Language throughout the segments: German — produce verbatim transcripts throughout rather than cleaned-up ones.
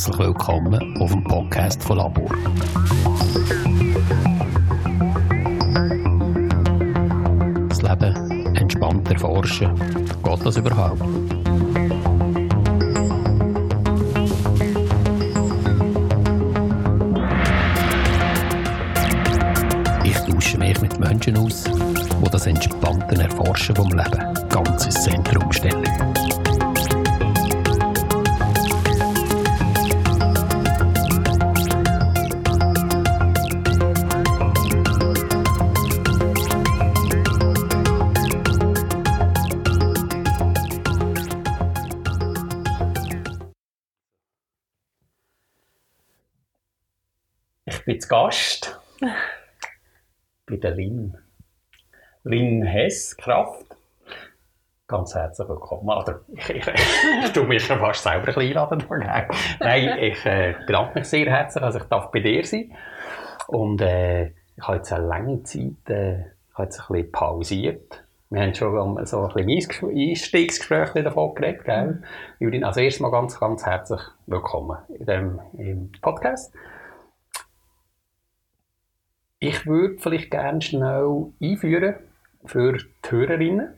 herzlich willkommen auf dem Podcast von Labor. Das Leben entspannt erforschen. Geht das überhaupt? Ich tausche mich mit Menschen aus, die das entspannte Erforschen vom Leben ganz ins Zentrum stellen. Ich bin zu Gast bei der Lynn. Lynn Hess, Kraft. Ganz herzlich willkommen. Oder ich, ich, ich tue mich schon fast selber ein bisschen einladen. Nein, ich äh, bedanke mich sehr herzlich, dass ich bei dir sein darf. Und äh, ich habe jetzt eine lange Zeit äh, ich habe jetzt ein bisschen pausiert. Wir haben schon so ein bisschen Einstiegsgespräch davon geredet. Gell? Julian, also erstmal ganz, ganz herzlich willkommen in dem, im Podcast. Ich würde vielleicht gerne schnell einführen für die Hörerinnen,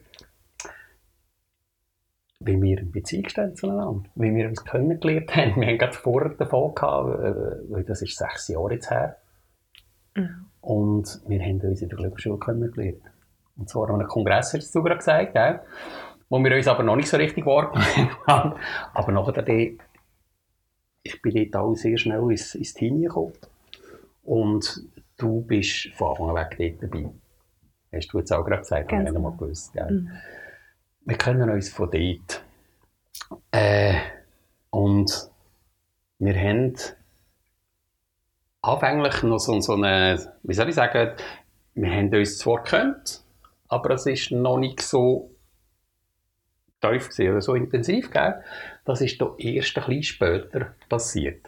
wie wir in Beziehung stehen zueinander, wie wir uns kennengelernt haben. Wir haben gerade vorher davon gehabt, weil das ist sechs Jahre jetzt her. Mhm. Und wir haben uns in der Glücksschule kennengelernt. Und zwar an einem Kongress, hast du gerade gesagt, gell? Wo wir uns aber noch nicht so richtig wahrgenommen haben. Aber nachher, ich bin dort auch sehr schnell ins, ins Team gekommen. Und du bist von Anfang an weg dort dabei. Hast du jetzt auch gerade gesagt, haben wir mal gewusst. Gell? Mhm. Wir kennen uns von dort. Äh, und wir haben anfänglich noch so, so eine, wie soll ich sagen, wir haben uns zwar gekannt, aber es ist noch nicht so tief gewesen, oder so intensiv. Gell? Das ist doch erst ein bisschen später passiert.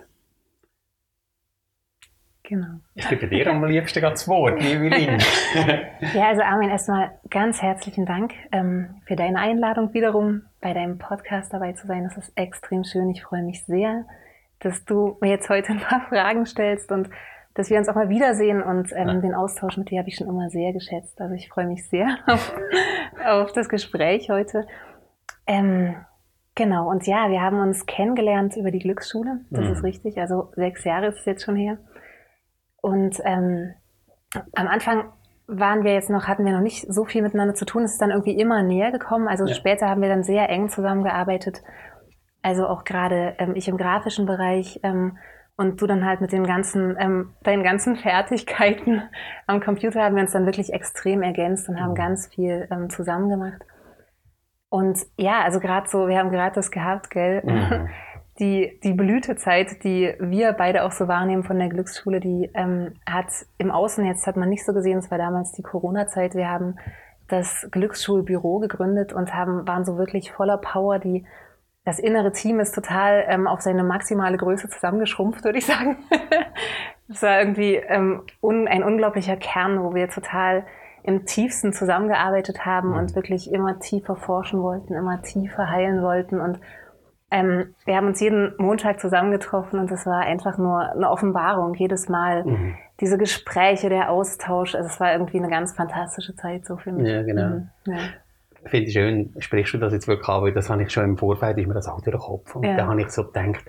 Genau. Ich gebe dir am liebsten das Wort, liebe Lynn. Ja, also Armin, erstmal ganz herzlichen Dank ähm, für deine Einladung wiederum, bei deinem Podcast dabei zu sein. Das ist extrem schön. Ich freue mich sehr, dass du mir jetzt heute ein paar Fragen stellst und dass wir uns auch mal wiedersehen. Und ähm, ja. Den Austausch mit dir habe ich schon immer sehr geschätzt. Also ich freue mich sehr auf, auf das Gespräch heute. Ähm, genau, und ja, wir haben uns kennengelernt über die Glücksschule. Das mhm. ist richtig. Also sechs Jahre ist es jetzt schon her. Und ähm, am Anfang waren wir jetzt noch, hatten wir noch nicht so viel miteinander zu tun. Es ist dann irgendwie immer näher gekommen. Also ja. Später haben wir dann sehr eng zusammengearbeitet. Also auch gerade ähm, ich im grafischen Bereich ähm, und du dann halt mit den ganzen, ähm, deinen ganzen Fertigkeiten am Computer haben wir uns dann wirklich extrem ergänzt und haben mhm. ganz viel ähm, zusammen gemacht. Und ja, also gerade so, wir haben gerade das gehabt, gell? Mhm. Die, die Blütezeit, die wir beide auch so wahrnehmen von der Glücksschule, die ähm, hat im Außen, jetzt hat man nicht so gesehen, es war damals die Corona-Zeit, wir haben das Glücksschulbüro gegründet und haben, waren so wirklich voller Power. Die, das innere Team ist total ähm, auf seine maximale Größe zusammengeschrumpft, würde ich sagen. Es war irgendwie ähm, un, ein unglaublicher Kern, wo wir total im tiefsten zusammengearbeitet haben mhm. und wirklich immer tiefer forschen wollten, immer tiefer heilen wollten. Und Ähm, wir haben uns jeden Montag zusammengetroffen und es war einfach nur eine Offenbarung, jedes Mal. Mhm. Diese Gespräche, der Austausch, also es war irgendwie eine ganz fantastische Zeit so für mich. Ja, genau. Mhm. Ja. Finde ich schön, sprichst du das jetzt wirklich an, weil das habe ich schon im Vorfeld, ist mir das auch durch den Kopf. Und ja. da habe ich so gedacht,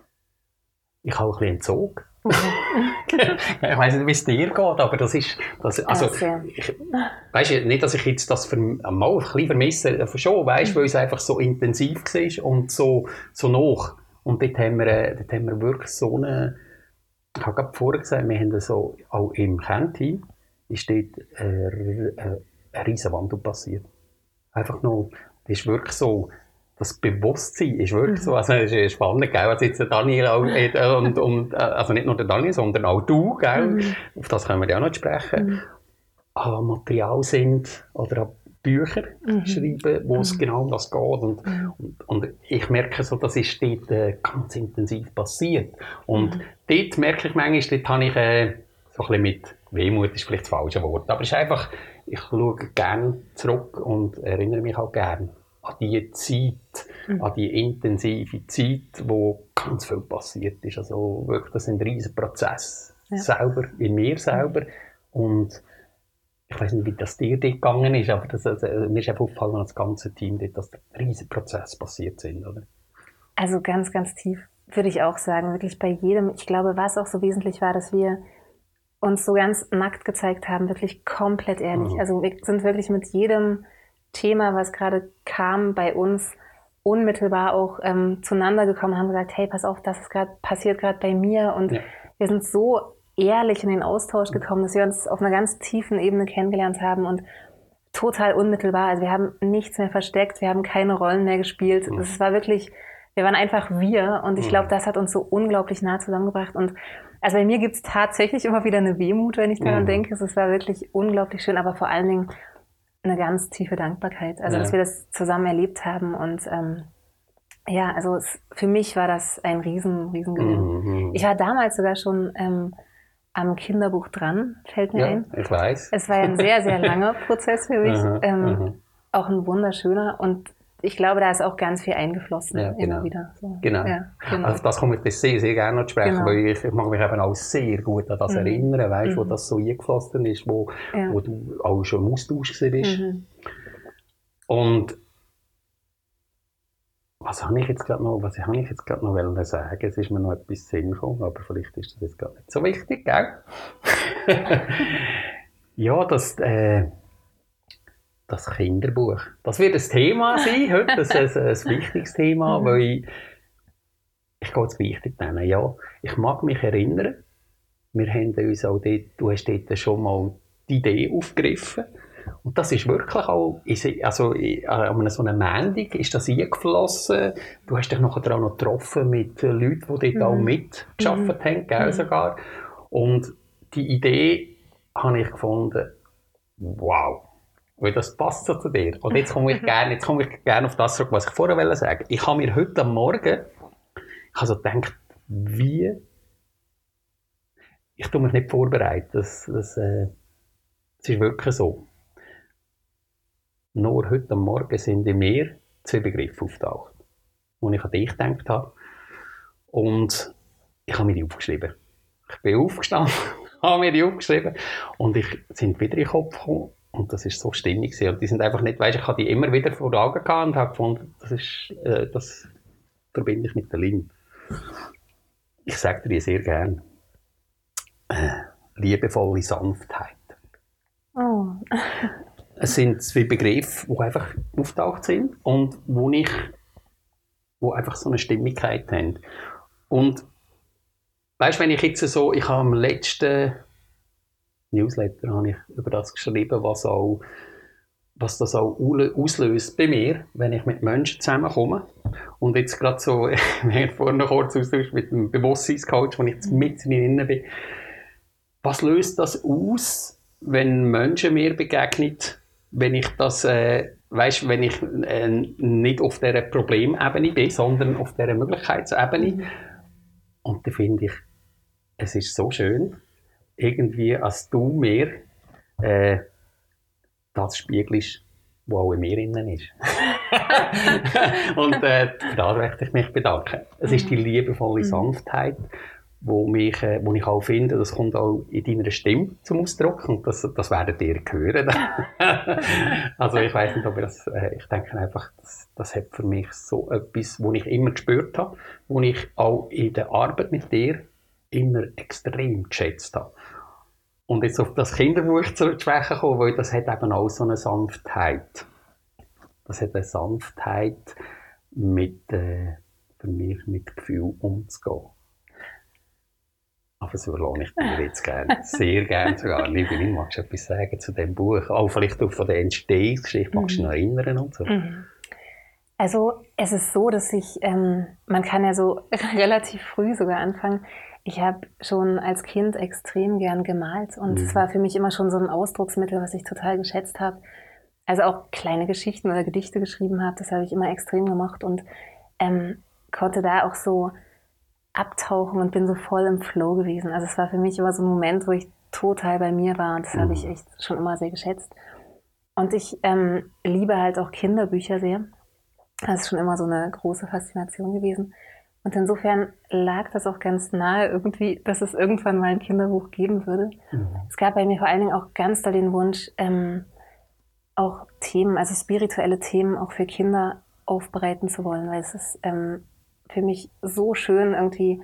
ich habe ein bisschen entzogen. Ich weiss nicht, wie es dir geht, aber das ist, das, also, ich, weißt du, nicht, dass ich jetzt das für, mal ein bisschen vermisse, schon, weißt du, weil es einfach so intensiv war und so, so nach. Und dort haben wir, dort haben wir wirklich so eine, ich habe gerade vorher gesagt, wir haben so, auch im Kernteam, ist dort äh, äh, ein riesen Wandel passiert. Einfach nur, das ist wirklich so, das Bewusstsein ist wirklich mhm. so, also es ist spannend, gell, was jetzt der Daniel auch, äh, und, und, also nicht nur der Daniel, sondern auch du, gell, mhm. auf das können wir ja noch sprechen, mhm. an Material sind oder an Bücher mhm. schreiben, wo es mhm. genau um das geht und, mhm. und, und ich merke so, das ist dort äh, ganz intensiv passiert und mhm. dort merke ich manchmal, dort habe ich äh, so ein bisschen mit Wehmut, ist vielleicht das falsche Wort, aber es ist einfach, ich schaue gerne zurück und erinnere mich auch gerne an die Zeit, mhm. an die intensive Zeit, wo ganz viel passiert ist. Also wirklich, das sind riesen Prozesse. Ja. Selber, in mir selber. Mhm. Und ich weiß nicht, wie das dir dort gegangen ist, aber das, also, mir ist einfach aufgefallen, als ganze Team dort, dass riesen Prozesse passiert sind, oder? Also ganz, ganz tief, würde ich auch sagen. Wirklich bei jedem. Ich glaube, was auch so wesentlich war, dass wir uns so ganz nackt gezeigt haben, wirklich komplett ehrlich. Mhm. Also wir sind wirklich mit jedem Thema, was gerade kam, bei uns unmittelbar auch ähm, zueinander gekommen, haben gesagt, hey, pass auf, das ist gerade passiert gerade bei mir. Und ja. wir sind so ehrlich in den Austausch gekommen, dass wir uns auf einer ganz tiefen Ebene kennengelernt haben und total unmittelbar. Also wir haben nichts mehr versteckt, wir haben keine Rollen mehr gespielt. Mhm. Es war wirklich, wir waren einfach wir und ich glaube, das hat uns so unglaublich nah zusammengebracht. Und also bei mir gibt es tatsächlich immer wieder eine Wehmut, wenn ich daran mhm. denke. Es war wirklich unglaublich schön, aber vor allen Dingen eine ganz tiefe Dankbarkeit. Also ja. dass wir das zusammen erlebt haben und ähm, ja, also es, für mich war das ein riesen, riesen Gewinn. Mhm. Ich war damals sogar schon ähm, am Kinderbuch dran, fällt mir ja, ein. Ich weiß. Es war ein sehr, sehr langer Prozess für mich. Aha, ähm, aha. Auch ein wunderschöner. Und ich glaube, da ist auch ganz viel eingeflossen, ja, immer genau. wieder. So. Genau. Ja, genau. Also das komme ich sehr, sehr gerne noch zu sprechen, genau. weil ich, ich mag mich eben auch sehr gut an das mhm. erinnern, weißt, mhm. wo das so eingeflossen ist, wo, ja. wo du auch schon im Austausch bist. Mhm. Und was habe ich jetzt gerade noch, was habe ich jetzt gerade noch wollen sagen? Es ist mir noch etwas Sinn gekommen, aber vielleicht ist das jetzt gar nicht so wichtig, gell? Ja, das, äh, das Kinderbuch. Das wird ein Thema sein heute, das ist ein, ein wichtiges Thema, mhm. weil ich, ich gehe jetzt wichtig nennen. Ja, ich mag mich erinnern, wir haben uns auch dort, du hast dort schon mal die Idee aufgegriffen. Und das ist wirklich auch, also an so einem Montag ist das eingeflossen. Du hast dich nachher auch noch getroffen mit Leuten, die dort mhm. auch mitgearbeitet mhm. haben, gell, sogar. Und die Idee habe ich gefunden, wow, weil das passt so zu dir. Und jetzt komme ich gerne, jetzt komme ich gerne auf das zurück, was ich vorher sagen wollte. Ich habe mir heute am Morgen, ich habe so gedacht, wie, ich tue mich nicht vorbereiten, das, das, äh, das ist wirklich so. Nur heute am Morgen sind in mir zwei Begriffe auftaucht, wo ich an dich gedacht habe. Und ich habe mir die aufgeschrieben. Ich bin aufgestanden, habe mir die aufgeschrieben und ich sind wieder in den Kopf gekommen. Und das war so stimmig. Und die sind einfach nicht, weißt, ich habe die immer wieder vor den Augen gehabt und habe gefunden, das, ist, äh, das verbinde ich mit der Lin. Ich sage dir die sehr gerne. Äh, liebevolle Sanftheit. Oh. Es sind zwei Begriffe, die einfach auftaucht sind und wo ich, wo einfach so eine Stimmigkeit haben. Und weißt, wenn ich jetzt so, ich habe am letzten Newsletter habe ich über das geschrieben, was auch, was das auch auslöst bei mir, wenn ich mit Menschen zusammenkomme. Und jetzt gerade so, wir haben vorhin noch kurz austauscht mit dem Bewusstseinscoach, wo ich jetzt mit drin bin. Was löst das aus, wenn Menschen mir begegnen, wenn ich das, äh, weißt, wenn ich äh, nicht auf dieser Problemebene bin, sondern auf dieser Möglichkeitsebene. Mhm. Und da finde ich, es ist so schön, irgendwie, als du mir äh, das spiegelst, was auch in mir innen ist. Und äh, für das möchte ich mich bedanken. Es ist die liebevolle Sanftheit, wo, mich, äh, wo ich auch finde, das kommt auch in deiner Stimme zum Ausdruck und das, das werdet ihr hören. Also ich weiss nicht, ob ich das, äh, ich denke einfach, das, das hat für mich so etwas, was ich immer gespürt habe, was ich auch in der Arbeit mit dir immer extrem geschätzt habe. Und jetzt auf das Kinderbuch zu sprechen kommen, weil das hat eben auch so eine Sanftheit. Das hat eine Sanftheit, mit, äh, für mich mit Gefühl umzugehen. Aber das überlasse ich dir jetzt gerne, sehr gerne sogar. Liebe Lin, magst du etwas sagen zu diesem Buch? Auch vielleicht auch von der Entstehungsgeschichte, magst du dich noch erinnern und so? Also es ist so, dass ich, ähm, man kann ja so relativ früh sogar anfangen. Ich habe schon als Kind extrem gern gemalt und es mhm. war für mich immer schon so ein Ausdrucksmittel, was ich total geschätzt habe. Also auch kleine Geschichten oder Gedichte geschrieben habe, das habe ich immer extrem gemocht und ähm, konnte da auch so abtauchen und bin so voll im Flow gewesen. Also es war für mich immer so ein Moment, wo ich total bei mir war und das mhm. habe ich echt schon immer sehr geschätzt. Und ich ähm, liebe halt auch Kinderbücher sehr. Das ist schon immer so eine große Faszination gewesen. Und insofern lag das auch ganz nahe irgendwie, dass es irgendwann mal ein Kinderbuch geben würde. Mhm. Es gab bei mir vor allen Dingen auch ganz doll den Wunsch, ähm, auch Themen, also spirituelle Themen auch für Kinder aufbereiten zu wollen, weil es ist ähm, für mich so schön irgendwie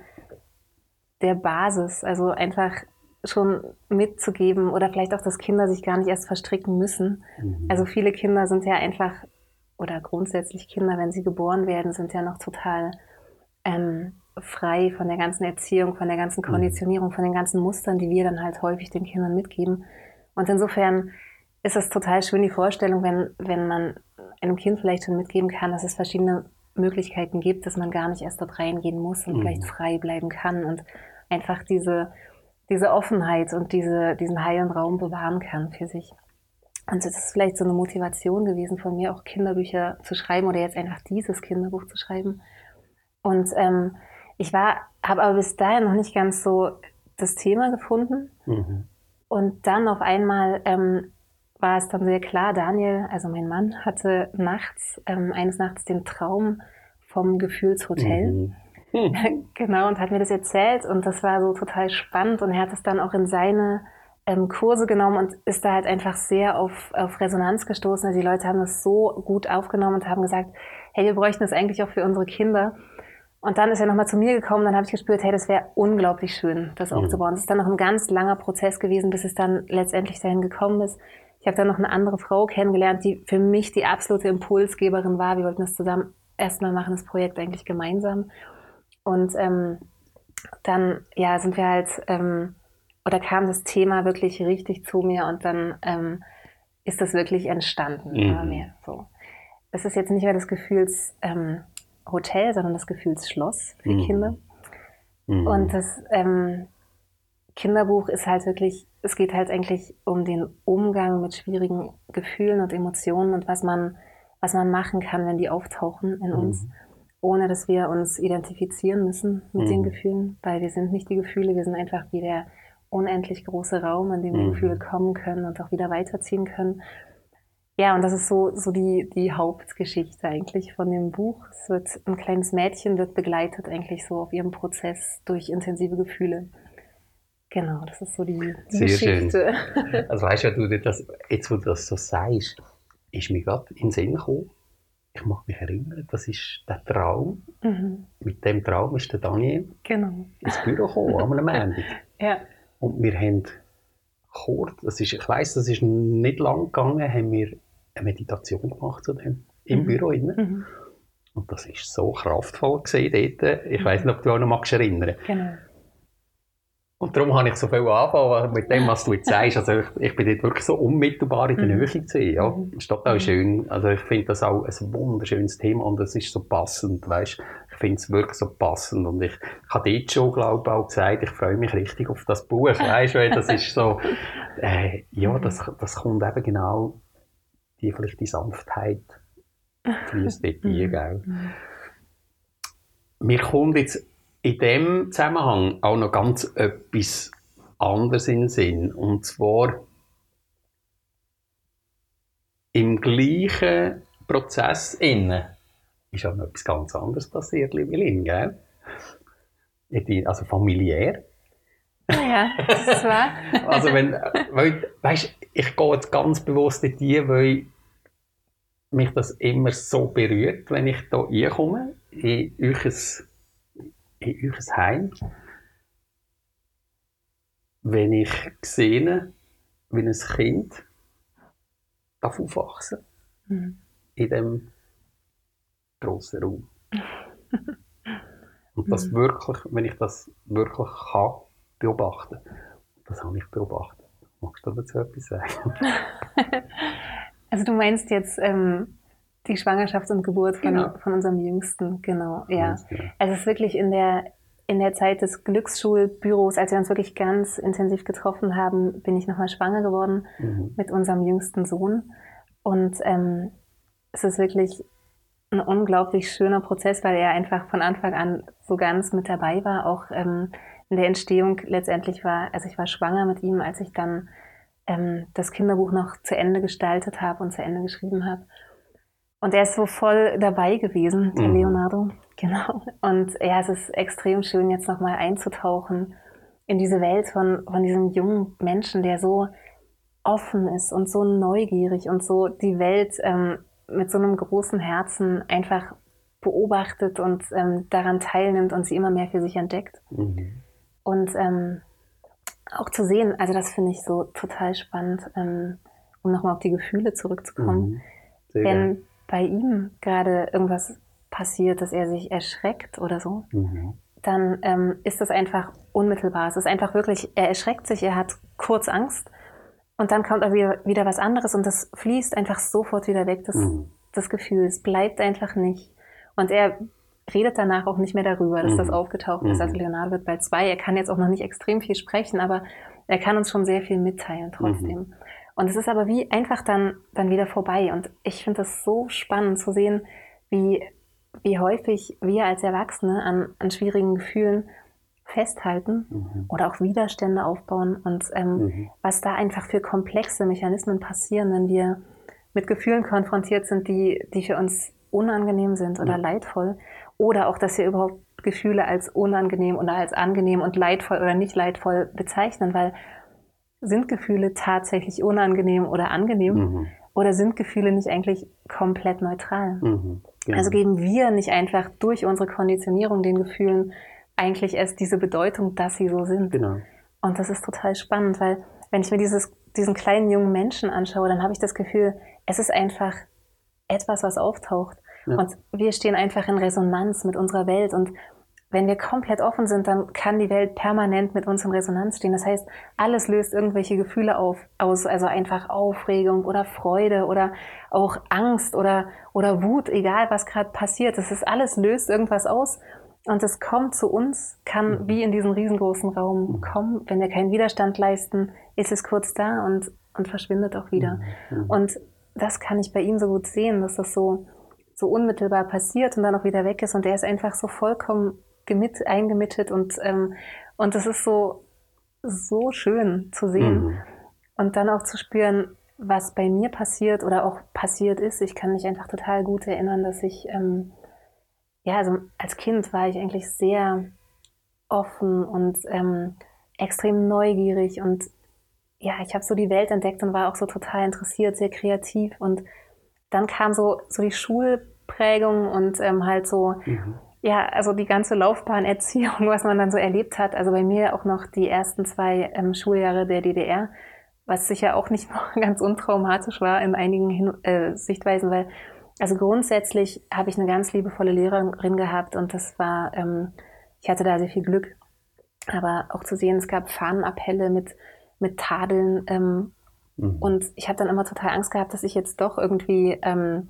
der Basis, also einfach schon mitzugeben oder vielleicht auch, dass Kinder sich gar nicht erst verstricken müssen. Mhm. Also viele Kinder sind ja einfach, oder grundsätzlich Kinder, wenn sie geboren werden, sind ja noch total ähm, frei von der ganzen Erziehung, von der ganzen Konditionierung, von den ganzen Mustern, die wir dann halt häufig den Kindern mitgeben. Und insofern ist es total schön, die Vorstellung, wenn, wenn man einem Kind vielleicht schon mitgeben kann, dass es verschiedene Möglichkeiten gibt, dass man gar nicht erst dort reingehen muss und mhm. vielleicht frei bleiben kann und einfach diese, diese Offenheit und diese, diesen heilen Raum bewahren kann für sich. Und das ist vielleicht so eine Motivation gewesen von mir, auch Kinderbücher zu schreiben oder jetzt einfach dieses Kinderbuch zu schreiben. Und ähm, ich war, habe aber bis dahin noch nicht ganz so das Thema gefunden. Mhm. Und dann auf einmal ähm, war es dann sehr klar, Daniel, also mein Mann, hatte nachts, ähm, eines Nachts den Traum vom Gefühlshotel. Mhm. Hm. Genau, und hat mir das erzählt und das war so total spannend und er hat es dann auch in seine ähm, Kurse genommen und ist da halt einfach sehr auf, auf Resonanz gestoßen. Also die Leute haben das so gut aufgenommen und haben gesagt, hey, wir bräuchten das eigentlich auch für unsere Kinder. Und dann ist er nochmal zu mir gekommen, dann habe ich gespürt, hey, das wäre unglaublich schön, das mhm. aufzubauen. Das ist dann noch ein ganz langer Prozess gewesen, bis es dann letztendlich dahin gekommen ist. Ich habe dann noch eine andere Frau kennengelernt, die für mich die absolute Impulsgeberin war. Wir wollten das zusammen erstmal machen, das Projekt eigentlich gemeinsam. Und ähm, dann ja, sind wir halt, ähm, oder kam das Thema wirklich richtig zu mir und dann ähm, ist das wirklich entstanden, mhm. immer mehr. So. Es ist jetzt nicht mehr das Gefühlshotel, ähm, sondern das Gefühlsschloss für mhm. Kinder. Mhm. Und das ähm, Kinderbuch ist halt wirklich, es geht halt eigentlich um den Umgang mit schwierigen Gefühlen und Emotionen und was man, was man machen kann, wenn die auftauchen in uns. Mhm. Ohne dass wir uns identifizieren müssen mit mhm. den Gefühlen, weil wir sind nicht die Gefühle, wir sind einfach wie der unendlich große Raum, in dem die mhm. Gefühle kommen können und auch wieder weiterziehen können. Ja, und das ist so, so die, die Hauptgeschichte eigentlich von dem Buch. Es wird, ein kleines Mädchen wird begleitet eigentlich so auf ihrem Prozess durch intensive Gefühle. Genau, das ist so die, die Sehr Geschichte. Schön. Also weißt du, du das, jetzt wo du das so sagst, ist mir gerade in den Sinn gekommen, ich mag mich erinnern, das ist der Traum. Mhm. Mit dem Traum ist der Daniel genau. ins Büro gekommen, am Montag. Ja. Und wir haben kurz, das ist, ich weiss, das ist nicht lang gegangen, haben wir eine Meditation gemacht zu dem, im mhm. Büro. Mhm. Und das war so kraftvoll gewesen dort. Ich weiss nicht, ob du auch noch magst erinnern. Genau. Und darum habe ich so viel angefangen mit dem, was du jetzt sagst. Also ich, ich bin dort wirklich so unmittelbar in der Nähe gewesen. Ja. Das ist total schön. Also ich finde das auch ein wunderschönes Thema und es ist so passend, weißt. Ich finde es wirklich so passend und ich, ich habe dort schon, glaube ich, auch gesagt, ich freue mich richtig auf das Buch, weißt, weil das ist so, äh, ja, das, das kommt eben genau die, vielleicht die Sanftheit fließt dort ein, gell. Mir kommt jetzt in dem Zusammenhang auch noch ganz etwas anderes in den Sinn. Und zwar im gleichen Prozess innen ist auch noch etwas ganz anderes passiert, liebe Lynn, gell? Also familiär. Ja, das ist wahr. Also wenn, weil, weißt, ich gehe jetzt ganz bewusst in die, weil mich das immer so berührt, wenn ich hier reinkomme, in euch in euch Heim, wenn ich sehe, wie ein Kind darf aufwachsen mhm. in diesem grossen Raum. Und das mhm. wirklich, wenn ich das wirklich kann, beobachten, das habe ich beobachtet. Magst du dazu etwas sagen? Also du meinst jetzt ähm, die Schwangerschaft und Geburt von, genau. von unserem Jüngsten, genau, ja. Also es ist wirklich in der, in der Zeit des Glücksschulbüros, als wir uns wirklich ganz intensiv getroffen haben, bin ich nochmal schwanger geworden mhm. mit unserem jüngsten Sohn. Und ähm, es ist wirklich ein unglaublich schöner Prozess, weil er einfach von Anfang an so ganz mit dabei war, auch ähm, in der Entstehung letztendlich war, also ich war schwanger mit ihm, als ich dann ähm, das Kinderbuch noch zu Ende gestaltet habe und zu Ende geschrieben habe. Und er ist so voll dabei gewesen, der Mhm. Leonardo. Genau. Und ja, es ist extrem schön, jetzt nochmal einzutauchen in diese Welt von, von diesem jungen Menschen, der so offen ist und so neugierig und so die Welt ähm, mit so einem großen Herzen einfach beobachtet und ähm, daran teilnimmt und sie immer mehr für sich entdeckt. Mhm. Und ähm, auch zu sehen, also das finde ich so total spannend, ähm, um nochmal auf die Gefühle zurückzukommen. Mhm. Sehr Wenn gerne. bei ihm gerade irgendwas passiert, dass er sich erschreckt oder so, Mhm. dann ähm, ist das einfach unmittelbar. Es ist einfach wirklich, er erschreckt sich, er hat kurz Angst und dann kommt aber wieder, wieder was anderes und das fließt einfach sofort wieder weg, das, Mhm. das Gefühl. Es bleibt einfach nicht. Und er redet danach auch nicht mehr darüber, dass das Mhm. aufgetaucht ist. Also Mhm. Leonardo wird bald zwei. Er kann jetzt auch noch nicht extrem viel sprechen, aber er kann uns schon sehr viel mitteilen trotzdem. Mhm. Und es ist aber wie einfach dann, dann wieder vorbei. Und ich finde das so spannend zu sehen, wie, wie häufig wir als Erwachsene an, an schwierigen Gefühlen festhalten Mhm. oder auch Widerstände aufbauen und ähm, Mhm. was da einfach für komplexe Mechanismen passieren, wenn wir mit Gefühlen konfrontiert sind, die, die für uns unangenehm sind oder Ja. leidvoll. Oder auch, dass wir überhaupt Gefühle als unangenehm oder als angenehm und leidvoll oder nicht leidvoll bezeichnen, weil sind Gefühle tatsächlich unangenehm oder angenehm? Mhm. Oder sind Gefühle nicht eigentlich komplett neutral? Mhm. Genau. Also geben wir nicht einfach durch unsere Konditionierung den Gefühlen eigentlich erst diese Bedeutung, dass sie so sind. Genau. Und das ist total spannend, weil wenn ich mir dieses, diesen kleinen jungen Menschen anschaue, dann habe ich das Gefühl, es ist einfach etwas, was auftaucht. Ja. Und wir stehen einfach in Resonanz mit unserer Welt. Und wenn wir komplett offen sind, dann kann die Welt permanent mit uns in Resonanz stehen. Das heißt, alles löst irgendwelche Gefühle auf, aus, also einfach Aufregung oder Freude oder auch Angst oder, oder Wut, egal was gerade passiert. Das ist alles löst irgendwas aus. Und es kommt zu uns, kann Mhm. wie in diesen riesengroßen Raum Mhm. kommen. Wenn wir keinen Widerstand leisten, ist es kurz da und, und verschwindet auch wieder. Mhm. Mhm. Und das kann ich bei ihm so gut sehen, dass das so, so unmittelbar passiert und dann auch wieder weg ist. Und er ist einfach so vollkommen gemitt, eingemittet und, ähm, und das ist so, so schön zu sehen. Mhm. Und dann auch zu spüren, was bei mir passiert oder auch passiert ist. Ich kann mich einfach total gut erinnern, dass ich, ähm, ja, also als Kind war ich eigentlich sehr offen und ähm, extrem neugierig und ja, ich habe so die Welt entdeckt und war auch so total interessiert, sehr kreativ und dann kam so, so die Schulprägung und ähm, halt so, Mhm. ja, also die ganze Laufbahnerziehung, was man dann so erlebt hat. Also bei mir auch noch die ersten zwei ähm, Schuljahre der D D R, was sicher auch nicht noch ganz untraumatisch war in einigen Hin äh, Sichtweisen, weil also grundsätzlich habe ich eine ganz liebevolle Lehrerin gehabt und das war, ähm, ich hatte da sehr viel Glück. Aber auch zu sehen, es gab Fahnenappelle mit, mit Tadeln ähm, Mhm. und ich habe dann immer total Angst gehabt, dass ich jetzt doch irgendwie, ähm,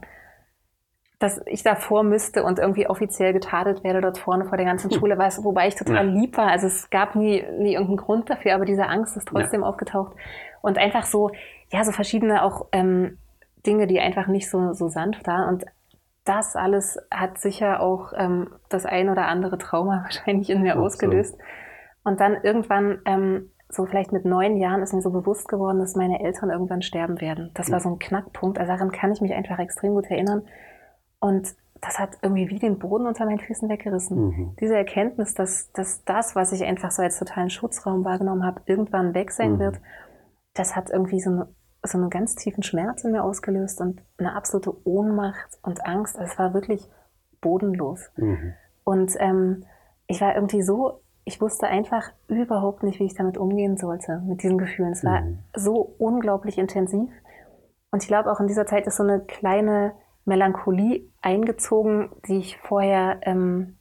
dass ich davor müsste und irgendwie offiziell getadelt werde dort vorne vor der ganzen Schule, was, wobei ich total Ja. lieb war. Also es gab nie, nie irgendeinen Grund dafür, aber diese Angst ist trotzdem Ja. aufgetaucht. Und einfach so, ja, so verschiedene auch ähm, Dinge, die einfach nicht so, so sanft waren. Und das alles hat sicher auch ähm, das ein oder andere Trauma wahrscheinlich in mir Ach so. ausgelöst. Und dann irgendwann, ähm, so vielleicht mit neun Jahren, ist mir so bewusst geworden, dass meine Eltern irgendwann sterben werden. Das war so ein Knackpunkt. Also daran kann ich mich einfach extrem gut erinnern. Und das hat irgendwie wie den Boden unter meinen Füßen weggerissen. Mhm. Diese Erkenntnis, dass, dass das, was ich einfach so als totalen Schutzraum wahrgenommen habe, irgendwann weg sein Mhm. wird, das hat irgendwie so, eine, so einen ganz tiefen Schmerz in mir ausgelöst und eine absolute Ohnmacht und Angst. Also es war wirklich bodenlos. Mhm. Und ähm, ich war irgendwie so, ich wusste einfach überhaupt nicht, wie ich damit umgehen sollte, mit diesen Gefühlen. Es war Mhm. so unglaublich intensiv. Und ich glaube, auch in dieser Zeit ist so eine kleine Melancholie eingezogen, die ich vorher ähm,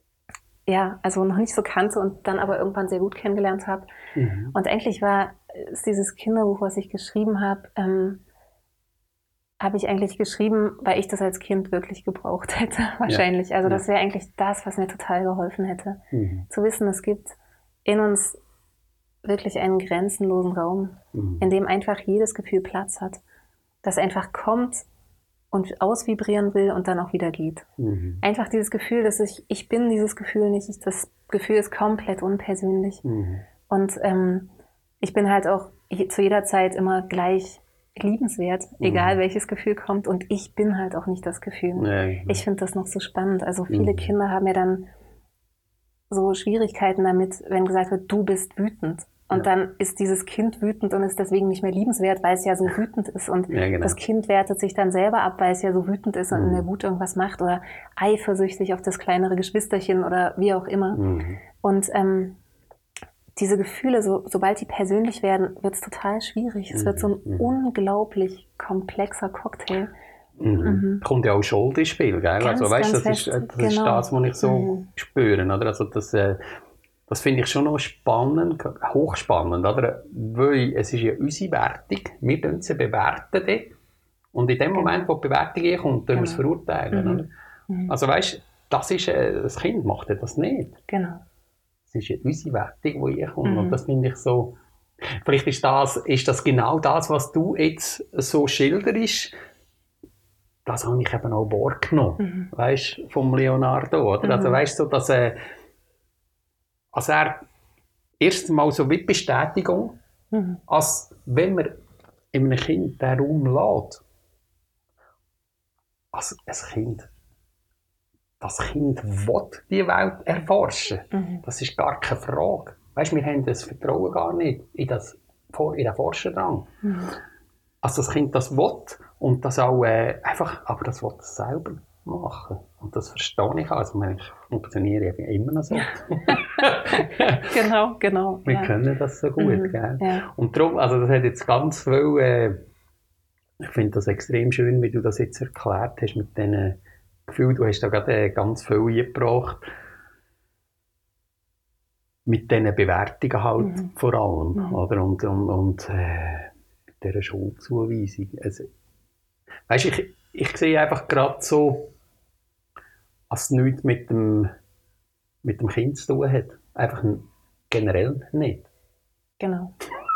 ja, also noch nicht so kannte und dann aber irgendwann sehr gut kennengelernt habe. Mhm. Und eigentlich war ist dieses Kinderbuch, was ich geschrieben habe, ähm, habe ich eigentlich geschrieben, weil ich das als Kind wirklich gebraucht hätte, wahrscheinlich. Also das Ja. wäre eigentlich das, was mir total geholfen hätte. Mhm. Zu wissen, es gibt in uns wirklich einen grenzenlosen Raum, Mhm. in dem einfach jedes Gefühl Platz hat, das einfach kommt und ausvibrieren will und dann auch wieder geht. Mhm. Einfach dieses Gefühl, dass ich, ich bin dieses Gefühl nicht, ich, das Gefühl ist komplett unpersönlich. Mhm. Und ähm, ich bin halt auch je- zu jeder Zeit immer gleich liebenswert, egal mhm. welches Gefühl kommt. Und ich bin halt auch nicht das Gefühl. Ja. Ich finde das noch so spannend. Also viele mhm. Kinder haben ja dann so Schwierigkeiten damit, wenn gesagt wird, du bist wütend. Und ja. dann ist dieses Kind wütend und ist deswegen nicht mehr liebenswert, weil es ja so wütend ist. Und ja, genau. das Kind wertet sich dann selber ab, weil es ja so wütend ist und mhm. in der Wut irgendwas macht oder eifersüchtig auf das kleinere Geschwisterchen oder wie auch immer. Mhm. Und ähm, diese Gefühle, so, sobald die persönlich werden, wird es total schwierig. Es mhm. wird so ein mhm. unglaublich komplexer Cocktail. Mhm. Mhm. Kommt ja auch Schuld ins Spiel, gell? Ganz, also weißt, ganz das, ist, das genau. ist das, was ich so mhm. spüre. Oder? Also das, äh, das finde ich schon noch spannend, hochspannend, oder? Weil es ist ja unsere Wertung, wir bewerten sie bewerten. Und in dem genau. Moment, wo die Bewertung kommt, können wir es verurteilen. Mhm. Oder? Mhm. Also weißt, das ist, äh, das Kind macht ja das nicht. Genau. Es ist ja unsere Wertung, die kommt. Mhm. Und das finde ich so, vielleicht ist das, ist das genau das, was du jetzt so schilderst. Das habe ich eben auch wahrgenommen, mhm. weißt, vom Leonardo, oder? Mhm. Also weißt du, so, dass äh, also er erst mal so wie Bestätigung, mhm. als wenn man in einem Kind den Raum lässt, also ein Kind, das Kind will die Welt erforschen, mhm. das ist gar keine Frage. Weißt, wir haben das Vertrauen gar nicht in, das, in den Forscherdrang. Mhm. Also das Kind das will und das auch äh, einfach, aber das will es selber machen. Und das verstehe ich. Also ich funktioniere immer noch so. genau, genau. Wir ja. können das so gut. Mhm, gell? Ja. Und darum, also das hat jetzt ganz viel, äh, ich finde das extrem schön, wie du das jetzt erklärt hast mit diesen Gefühlen. Du hast da gerade äh, ganz viel eingebracht. Mit diesen Bewertungen halt mhm. vor allem. Mhm. Oder? Und, und, und äh, dieser Schuldzuweisung. Also, weißt, ich, ich sehe einfach gerade so, dass es nichts mit dem, mit dem Kind zu tun hat. Einfach generell nicht. Genau.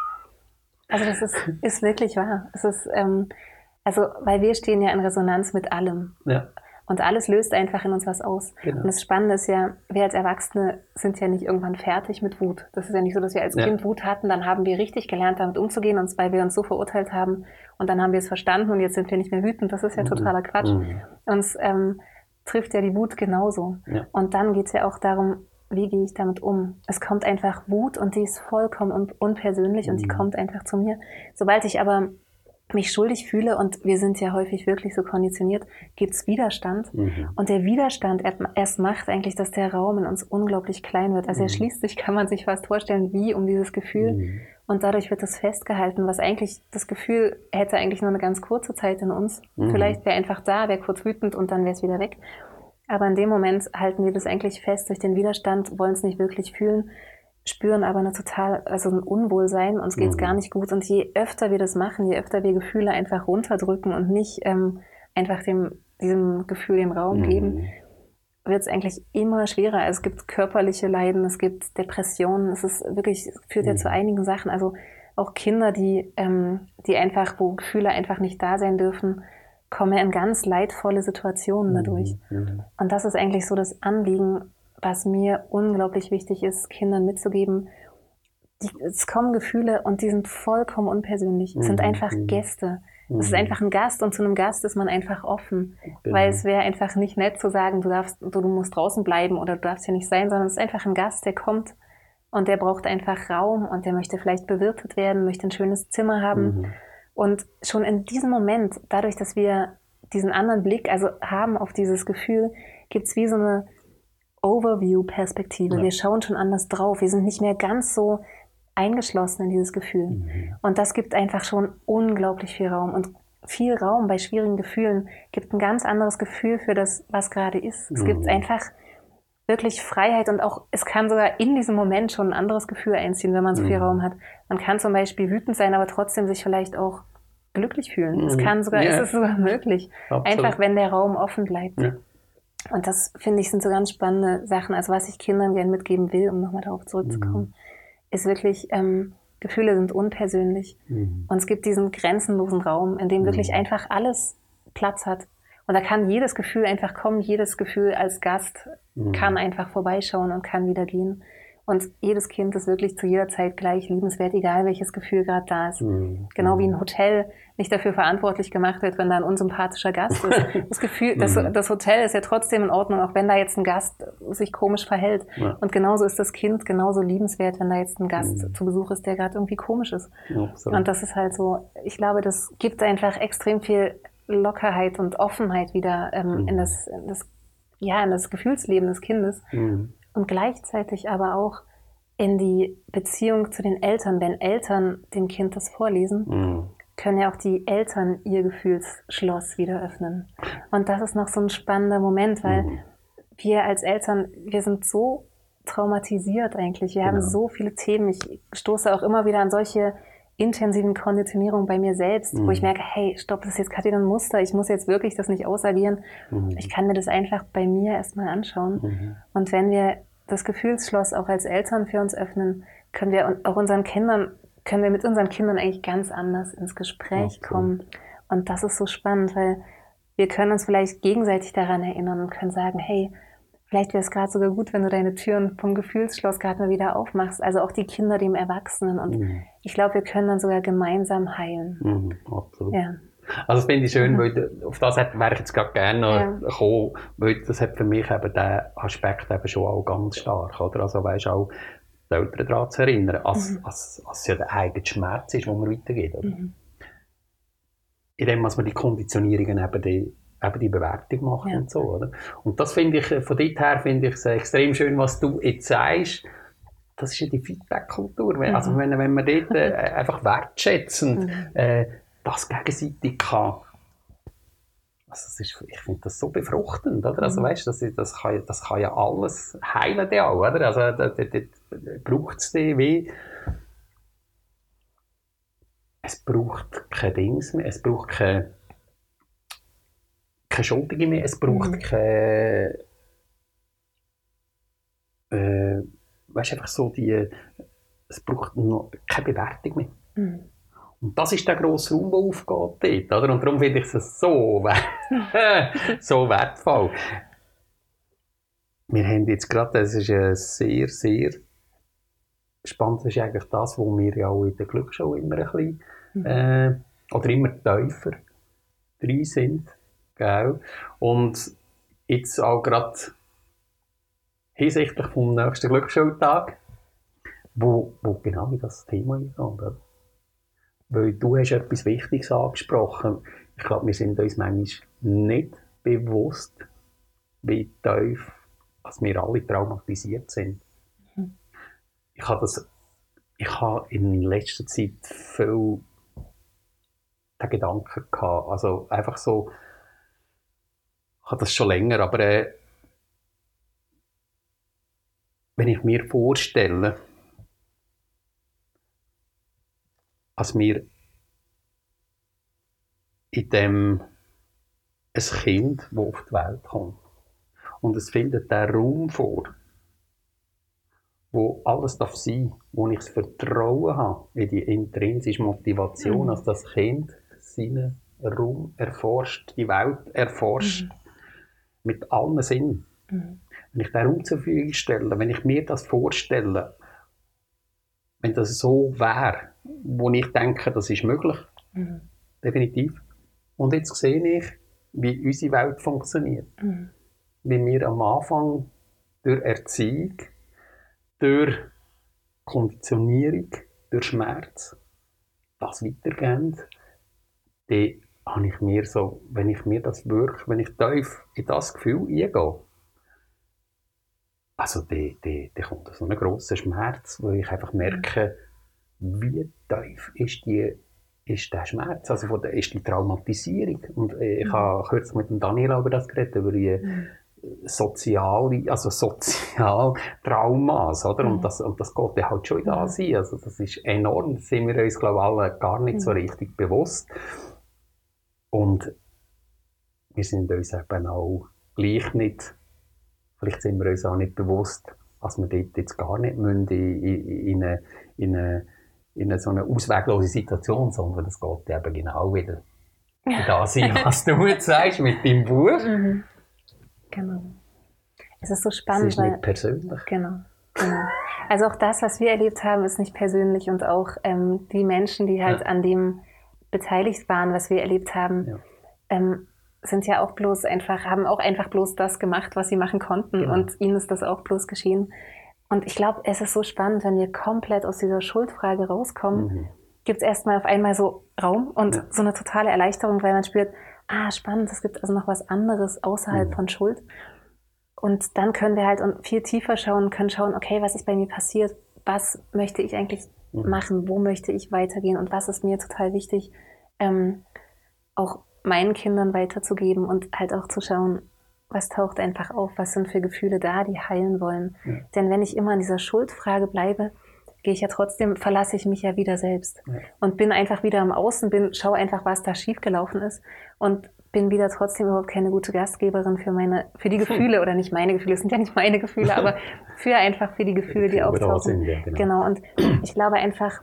Also das ist, ist wirklich wahr. Es ist, ähm, also, weil wir stehen ja in Resonanz mit allem. Ja. Und alles löst einfach in uns was aus. Genau. Und das Spannende ist ja, wir als Erwachsene sind ja nicht irgendwann fertig mit Wut. Das ist ja nicht so, dass wir als ja. Kind Wut hatten, dann haben wir richtig gelernt, damit umzugehen, und weil wir uns so verurteilt haben und dann haben wir es verstanden und jetzt sind wir nicht mehr wütend. Das ist ja totaler Quatsch. Mhm. Uns ähm, trifft ja die Wut genauso. Ja. Und dann geht es ja auch darum, wie gehe ich damit um? Es kommt einfach Wut und die ist vollkommen un- unpersönlich mhm. und die kommt einfach zu mir. Sobald ich aber mich schuldig fühle, und wir sind ja häufig wirklich so konditioniert, gibt es Widerstand. Mhm. Und der Widerstand erst macht eigentlich, dass der Raum in uns unglaublich klein wird. Also mhm. er schließt sich, kann man sich fast vorstellen, wie um dieses Gefühl. Mhm. Und dadurch wird es festgehalten, was eigentlich, das Gefühl hätte eigentlich nur eine ganz kurze Zeit in uns. Mhm. Vielleicht wäre einfach da, wäre kurz wütend und dann wäre es wieder weg. Aber in dem Moment halten wir das eigentlich fest durch den Widerstand, wollen es nicht wirklich fühlen, spüren aber eine total, also ein Unwohlsein, uns geht's mhm. gar nicht gut. Und je öfter wir das machen, je öfter wir Gefühle einfach runterdrücken und nicht ähm, einfach dem, diesem Gefühl den Raum mhm. geben, wird es eigentlich immer schwerer. Es gibt körperliche Leiden, es gibt Depressionen, es ist wirklich, es führt mhm. ja zu einigen Sachen. Also auch Kinder, die, ähm, die einfach, wo Gefühle einfach nicht da sein dürfen, kommen ja in ganz leidvolle Situationen dadurch. Mhm. Und das ist eigentlich so das Anliegen, was mir unglaublich wichtig ist, Kindern mitzugeben. Die, es kommen Gefühle und die sind vollkommen unpersönlich. Es sind einfach Gäste. Es ist einfach ein Gast und zu einem Gast ist man einfach offen. Genau. Weil es wäre einfach nicht nett zu sagen, du darfst, du, du musst draußen bleiben oder du darfst hier nicht sein, sondern es ist einfach ein Gast, der kommt und der braucht einfach Raum und der möchte vielleicht bewirtet werden, möchte ein schönes Zimmer haben. Mhm. Und schon in diesem Moment, dadurch, dass wir diesen anderen Blick also haben auf dieses Gefühl, gibt es wie so eine Overview-Perspektive. Ja. Wir schauen schon anders drauf. Wir sind nicht mehr ganz so eingeschlossen in dieses Gefühl. Mhm. Und das gibt einfach schon unglaublich viel Raum. Und viel Raum bei schwierigen Gefühlen gibt ein ganz anderes Gefühl für das, was gerade ist. Es mhm. gibt einfach wirklich Freiheit und auch, es kann sogar in diesem Moment schon ein anderes Gefühl einziehen, wenn man so viel mhm. Raum hat. Man kann zum Beispiel wütend sein, aber trotzdem sich vielleicht auch glücklich fühlen. Es mhm. kann sogar, ja. ist es sogar möglich. Absolut. Einfach, wenn der Raum offen bleibt. Ja. Und das, finde ich, sind so ganz spannende Sachen. Also was ich Kindern gerne mitgeben will, um nochmal darauf zurückzukommen, mhm. ist wirklich, ähm, Gefühle sind unpersönlich. Mhm. Und es gibt diesen grenzenlosen Raum, in dem mhm. wirklich einfach alles Platz hat. Und da kann jedes Gefühl einfach kommen, jedes Gefühl als Gast mhm. kann einfach vorbeischauen und kann wieder gehen. Und jedes Kind ist wirklich zu jeder Zeit gleich liebenswert, egal welches Gefühl gerade da ist. Mhm. Genau wie ein Hotel nicht dafür verantwortlich gemacht wird, wenn da ein unsympathischer Gast ist. Das Gefühl, das, das Hotel ist ja trotzdem in Ordnung, auch wenn da jetzt ein Gast sich komisch verhält. Ja. Und genauso ist das Kind genauso liebenswert, wenn da jetzt ein Gast mhm. zu Besuch ist, der gerade irgendwie komisch ist. Ja, so. Und das ist halt so, ich glaube, das gibt einfach extrem viel Lockerheit und Offenheit wieder ähm, mhm. in, das, in, das, ja, in das Gefühlsleben des Kindes. Mhm. Und gleichzeitig aber auch in die Beziehung zu den Eltern. Wenn Eltern dem Kind das vorlesen, mhm. können ja auch die Eltern ihr Gefühlsschloss wieder öffnen. Und das ist noch so ein spannender Moment, weil mhm. wir als Eltern, wir sind so traumatisiert eigentlich. Wir genau. haben so viele Themen. Ich stoße auch immer wieder an solche intensiven Konditionierungen bei mir selbst, mhm. wo ich merke, hey, stopp, das ist jetzt gerade wieder ein Muster. Ich muss jetzt wirklich das nicht ausagieren. Mhm. Ich kann mir das einfach bei mir erstmal anschauen. Mhm. Und wenn wir das Gefühlsschloss auch als Eltern für uns öffnen, können wir auch unseren Kindern, können wir mit unseren Kindern eigentlich ganz anders ins Gespräch okay. kommen. Und das ist so spannend, weil wir können uns vielleicht gegenseitig daran erinnern und können sagen, hey, vielleicht wäre es gerade sogar gut, wenn du deine Türen vom Gefühlsschloss gerade mal wieder aufmachst. Also auch die Kinder dem Erwachsenen. Und mhm. ich glaube, wir können dann sogar gemeinsam heilen. Mhm, absolut. Ja. Also das finde ich schön, mhm. weil auf das wäre ich jetzt gerade gerne noch ja. gekommen, weil das hat für mich eben den Aspekt eben schon auch ganz stark, oder? Also weißt auch, die Eltern daran zu erinnern, als, mhm. als, als ja der eigene Schmerz ist, den man weitergeht, oder? Mhm. Indem man die Konditionierungen eben die, eben die Bewertung macht ja. und so, oder? Und das finde ich, von dort her finde ich es extrem schön, was du jetzt sagst. Das ist ja die Feedback-Kultur. Mhm. Also wenn, wenn wir dort äh, einfach wertschätzen, mhm. äh, das gegenseitig kann. Also das ist, ich finde das so befruchtend, oder? Also weißt, das, das, kann, das kann ja alles heilen, auch, oder? Also da, da, da braucht es die wie. Es braucht kein Dings mehr, es braucht keine, keine Schuldige mehr, es braucht mhm. keine. Äh, weißt einfach so die. Es braucht noch keine Bewertung mehr. Mhm. Und das ist der grosse Raum, der aufgeht dort, oder? Und darum finde ich es so, so wertvoll. Wir haben jetzt gerade, das ist ein sehr, sehr spannend, das ist eigentlich das, wo wir ja auch in der Glücksshow immer ein bisschen, mhm. äh, oder immer tiefer drin sind, gell? Und jetzt auch gerade hinsichtlich vom nächsten Glücksshow-Tag, wo, wo genau das Thema ist, oder? Weil du hast etwas Wichtiges angesprochen. Ich glaube, wir sind uns manchmal nicht bewusst, wie tief dass wir alle traumatisiert sind. Mhm. Ich habe das, ich habe in letzter Zeit viel den Gedanken gehabt. Also einfach so, ich habe das schon länger, aber äh, wenn ich mir vorstelle, als wir in dem ein Kind, das auf die Welt kommt, und es findet der Raum vor, wo alles darf sein, wo ich das Vertrauen habe in die intrinsische Motivation, mhm. als das Kind seinen Raum erforscht, die Welt erforscht, mhm. mit allen Sinnen. Mhm. Wenn ich den Raum zur Verfügung stelle, wenn ich mir das vorstelle, wenn das so wäre, wo ich denke, das ist möglich, mhm. definitiv. Und jetzt sehe ich, wie unsere Welt funktioniert. Mhm. Wie wir am Anfang durch Erziehung, durch Konditionierung, durch Schmerz das weitergeben, dann habe ich mir so, wenn ich mir das wirklich, wenn ich tief in das Gefühl eingehe, also dann, dann, dann kommt so ein grosser Schmerz, wo ich einfach merke, wie tief ist, die, ist der Schmerz, also von der, ist die Traumatisierung. Und äh, ich mhm. habe kürzlich mit dem Daniel über das geredet, über die mhm. soziale, also Sozialtraumas, oder? Mhm. Und, das, und das geht ja halt schon da sein. Also das ist enorm, das sind wir uns, glaube ich, alle gar nicht mhm. so richtig bewusst. Und wir sind uns eben auch gleich nicht, vielleicht sind wir uns auch nicht bewusst, dass wir dort jetzt gar nicht müssen in, in, in, eine, in, eine, in eine so eine ausweglose Situation, sondern das geht eben genau wieder da sein, was du jetzt sagst mit deinem Buch. Mhm. Genau. Es ist so spannend, es ist nicht weil, persönlich. Genau, genau. Also auch das, was wir erlebt haben, ist nicht persönlich und auch ähm, die Menschen, die halt ja. an dem beteiligt waren, was wir erlebt haben, ja. ähm, sind ja auch bloß einfach, haben auch einfach bloß das gemacht, was sie machen konnten genau. und ihnen ist das auch bloß geschehen. Und ich glaube, es ist so spannend, wenn wir komplett aus dieser Schuldfrage rauskommen, mhm. gibt es erstmal auf einmal so Raum und ja. so eine totale Erleichterung, weil man spürt, ah, spannend, es gibt also noch was anderes außerhalb mhm. von Schuld. Und dann können wir halt viel tiefer schauen, können schauen, okay, was ist bei mir passiert? Was möchte ich eigentlich mhm. machen? Wo möchte ich weitergehen? Und was ist mir total wichtig, ähm, auch meinen Kindern weiterzugeben und halt auch zu schauen, was taucht einfach auf? Was sind für Gefühle da, die heilen wollen? Ja. Denn wenn ich immer an dieser Schuldfrage bleibe, gehe ich ja trotzdem, verlasse ich mich ja wieder selbst ja. und bin einfach wieder im Außen, bin, schaue einfach, was da schiefgelaufen ist und bin wieder trotzdem überhaupt keine gute Gastgeberin für meine, für die Gefühle oder nicht meine Gefühle, es sind ja nicht meine Gefühle, aber für einfach für die Gefühle, die auftauchen. Ja, genau. genau. Und ich glaube einfach,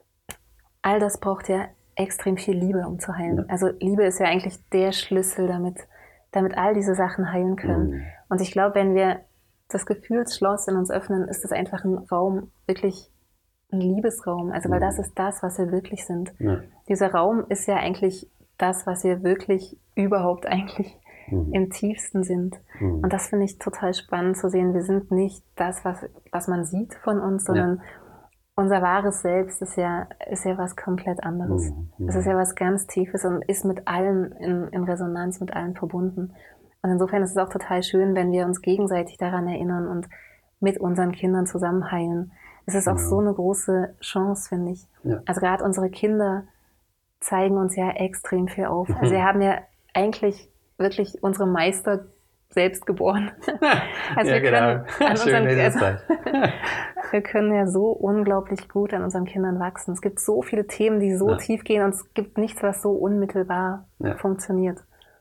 all das braucht ja extrem viel Liebe, um zu heilen. Ja. Also Liebe ist ja eigentlich der Schlüssel, damit, damit all diese Sachen heilen können. Mhm. Und ich glaube, wenn wir das Gefühlsschloss in uns öffnen, ist das einfach ein Raum, wirklich ein Liebesraum. Also weil mhm. das ist das, was wir wirklich sind. Ja. Dieser Raum ist ja eigentlich das, was wir wirklich überhaupt eigentlich mhm. im tiefsten sind. Mhm. Und das finde ich total spannend zu sehen. Wir sind nicht das, was, was man sieht von uns, sondern ja. unser wahres Selbst ist ja, ist ja was komplett anderes. Mhm. Es ist ja was ganz Tiefes und ist mit allen in, in Resonanz, mit allen verbunden. Und insofern ist es auch total schön, wenn wir uns gegenseitig daran erinnern und mit unseren Kindern zusammen heilen. Es ist auch ja. so eine große Chance, finde ich. Ja. Also gerade unsere Kinder zeigen uns ja extrem viel auf. Also wir haben ja eigentlich wirklich unsere Meister selbst geboren. Also ja, wir können genau. an Schön, unseren, also, wir können ja so unglaublich gut an unseren Kindern wachsen. Es gibt so viele Themen, die so ja. tief gehen und es gibt nichts, was so unmittelbar ja. funktioniert.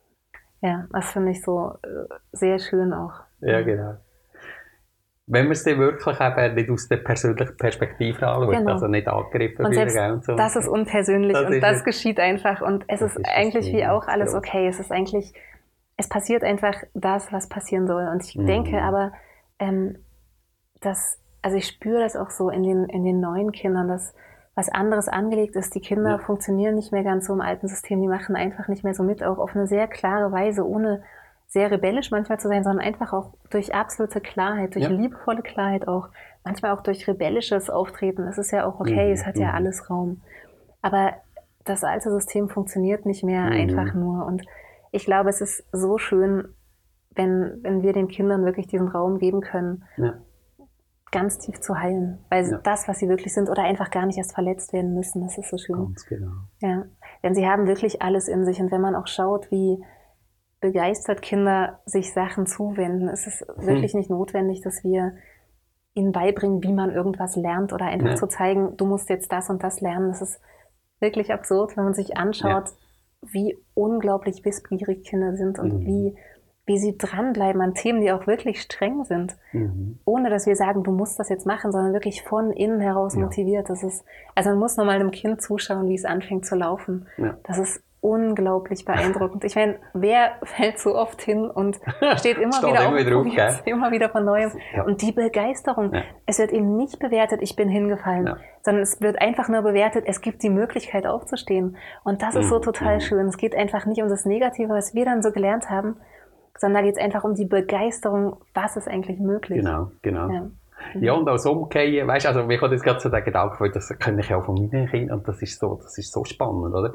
Ja, das finde ich so äh, sehr schön auch. Ja, genau. Wenn man es dann wirklich eben nicht aus der persönlichen Perspektive anschaut, genau. also nicht angegriffen und selbst und so. Das ist unpersönlich das und ist das geschieht einfach und es ist, ist eigentlich wie auch alles okay. Es ist eigentlich, es passiert einfach das, was passieren soll. Und ich mhm. denke aber, ähm, dass, also ich spüre das auch so in den, in den neuen Kindern, dass was anderes angelegt ist. Die Kinder ja. funktionieren nicht mehr ganz so im alten System, die machen einfach nicht mehr so mit, auch auf eine sehr klare Weise, ohne sehr rebellisch manchmal zu sein, sondern einfach auch durch absolute Klarheit, durch ja. liebevolle Klarheit auch, manchmal auch durch rebellisches Auftreten. Es ist ja auch okay, mhm. es hat ja alles Raum. Aber das alte System funktioniert nicht mehr mhm. einfach nur. Und ich glaube, es ist so schön, wenn, wenn wir den Kindern wirklich diesen Raum geben können, ja. ganz tief zu heilen. Weil ja. das, was sie wirklich sind, oder einfach gar nicht erst verletzt werden müssen, das ist so schön. Ganz genau. Ja. Denn sie haben wirklich alles in sich. Und wenn man auch schaut, wie begeistert Kinder sich Sachen zuwenden, ist es hm. wirklich nicht notwendig, dass wir ihnen beibringen, wie man irgendwas lernt oder einfach ja. zu zeigen, du musst jetzt das und das lernen. Das ist wirklich absurd, wenn man sich anschaut, ja. wie unglaublich wissbegierig Kinder sind und mhm. wie, wie sie dranbleiben an Themen, die auch wirklich streng sind. Mhm. Ohne, dass wir sagen, du musst das jetzt machen, sondern wirklich von innen heraus ja. motiviert. Das ist, also man muss nur mal einem Kind zuschauen, wie es anfängt zu laufen. Ja. Das ist unglaublich beeindruckend. Ich meine, wer fällt so oft hin und steht immer wieder immer auf wieder, und auf, immer wieder von Neuem. Ja. Und die Begeisterung, ja. es wird eben nicht bewertet, ich bin hingefallen, ja. sondern es wird einfach nur bewertet, es gibt die Möglichkeit aufzustehen. Und das ist mhm. so total mhm. schön. Es geht einfach nicht um das Negative, was wir dann so gelernt haben, sondern da geht es einfach um die Begeisterung, was ist eigentlich möglich. Genau, genau. Ja. Ja, und auch so umgehen, weißt du, also mir kommt jetzt gerade so der Gedanke, weil das kenne ich ja auch von meinen Kindern und das ist so, das ist so spannend, oder?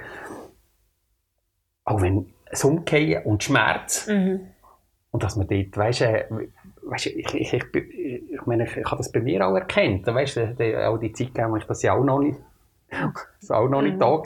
Auch wenn es Umgehen und Schmerz mhm. und dass man dort, weißt du, weißt, ich, ich, ich, ich meine, ich, ich habe das bei mir auch erkannt, weißt du, die, auch die Zeit gegeben, wo ich das ja auch noch nicht, das auch noch nicht mhm. da war.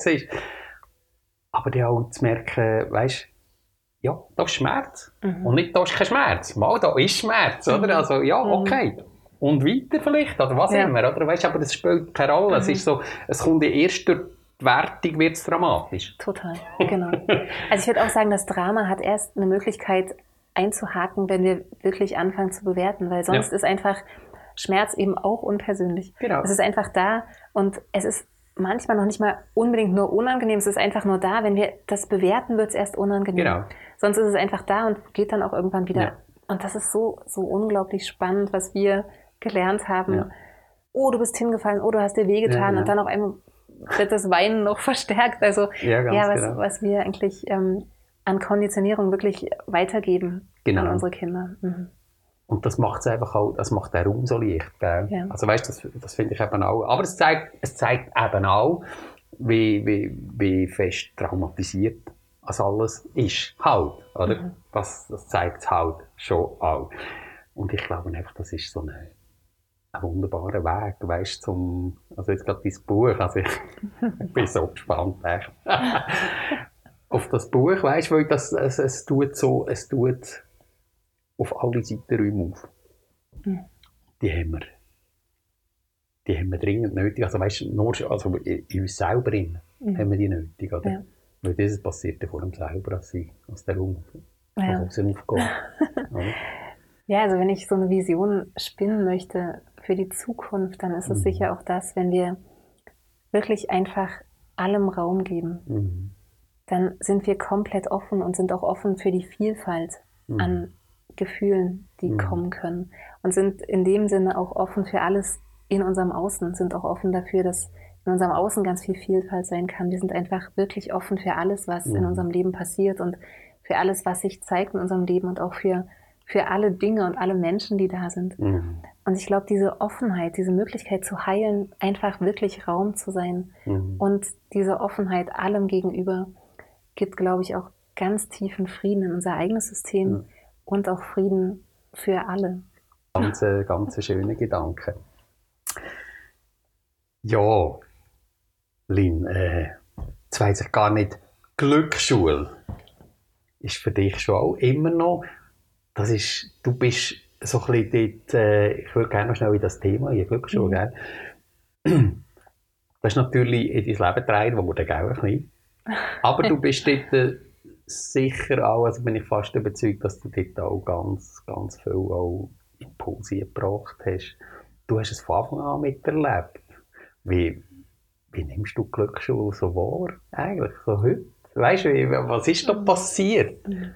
Aber dann auch zu merken, weißt du, ja, da ist Schmerz mhm. und nicht da ist kein Schmerz. Mal, da ist Schmerz, oder? Mhm. Also, ja, okay. Und weiter vielleicht, oder was ja. immer, oder? Weißt du, aber das spielt keine Rolle. Mhm. Es ist so, es kommt erst durch die Wertung wird es dramatisch. Total, genau. Also ich würde auch sagen, das Drama hat erst eine Möglichkeit einzuhaken, wenn wir wirklich anfangen zu bewerten, weil sonst ja. ist einfach Schmerz eben auch unpersönlich. Genau. Es ist einfach da und es ist manchmal noch nicht mal unbedingt nur unangenehm, es ist einfach nur da, wenn wir das bewerten, wird es erst unangenehm. Genau. Sonst ist es einfach da und geht dann auch irgendwann wieder. Ja. Und das ist so, so unglaublich spannend, was wir gelernt haben, ja. oh, du bist hingefallen, oh, du hast dir wehgetan ja, genau. Und dann auf einmal wird das Weinen noch verstärkt. Also ja, ja was, genau. was wir eigentlich ähm, an Konditionierung wirklich weitergeben genau. an unsere Kinder. Mhm. Und das macht es einfach auch, das macht den Raum so leicht. Gell? Ja. Also weißt, das, das finde ich eben auch. Aber es zeigt, es zeigt eben auch, wie, wie, wie fest traumatisiert das alles ist. Halt, oder? Mhm. Das, das zeigt es halt schon auch. Und ich glaube einfach, das ist so eine ein wunderbarer Weg, weißt, zum, also jetzt gerade dein Buch, also ich, ich bin so gespannt, echt. Auf das Buch, weißt, weil das, es, es tut so, es tut auf alle Seitenräume auf. Mhm. Die haben wir, die haben wir dringend nötig, also weißt, nur, also in uns selber drin mhm. haben wir die nötig, oder? Ja. Weil das passiert ja vor dem selber, als sie aus der Raum ja. aufgehen. Ja, also wenn ich so eine Vision spinnen möchte für die Zukunft, dann ist es mhm. sicher auch das, wenn wir wirklich einfach allem Raum geben, mhm. dann sind wir komplett offen und sind auch offen für die Vielfalt mhm. an Gefühlen, die mhm. kommen können und sind in dem Sinne auch offen für alles in unserem Außen, sind auch offen dafür, dass in unserem Außen ganz viel Vielfalt sein kann. Wir sind einfach wirklich offen für alles, was mhm. in unserem Leben passiert und für alles, was sich zeigt in unserem Leben und auch für für alle Dinge und alle Menschen, die da sind. Mhm. Und ich glaube, diese Offenheit, diese Möglichkeit zu heilen, einfach wirklich Raum zu sein mhm. und diese Offenheit allem gegenüber gibt, glaube ich, auch ganz tiefen Frieden in unser eigenes System mhm. und auch Frieden für alle. Ganz, ganz schöne Gedanken. Ja, Lynn, äh, jetzt weiss ich gar nicht, Glücksschule ist für dich schon auch immer noch. Das ist, du bist so ein bisschen dort, äh, ich würde gerne noch schnell in das Thema, ich glaube schon, mhm. gell? Das ist natürlich in dein Leben getragen worden, gell, ein bisschen. Aber du bist dort äh, sicher auch, also bin ich fast überzeugt, dass du dort auch ganz, ganz viel auch Impulse gebracht hast. Du hast es von Anfang an miterlebt. Wie, wie nimmst du die Glücksschule so wahr, eigentlich, so heute? Weißt du, was ist da passiert? Mhm.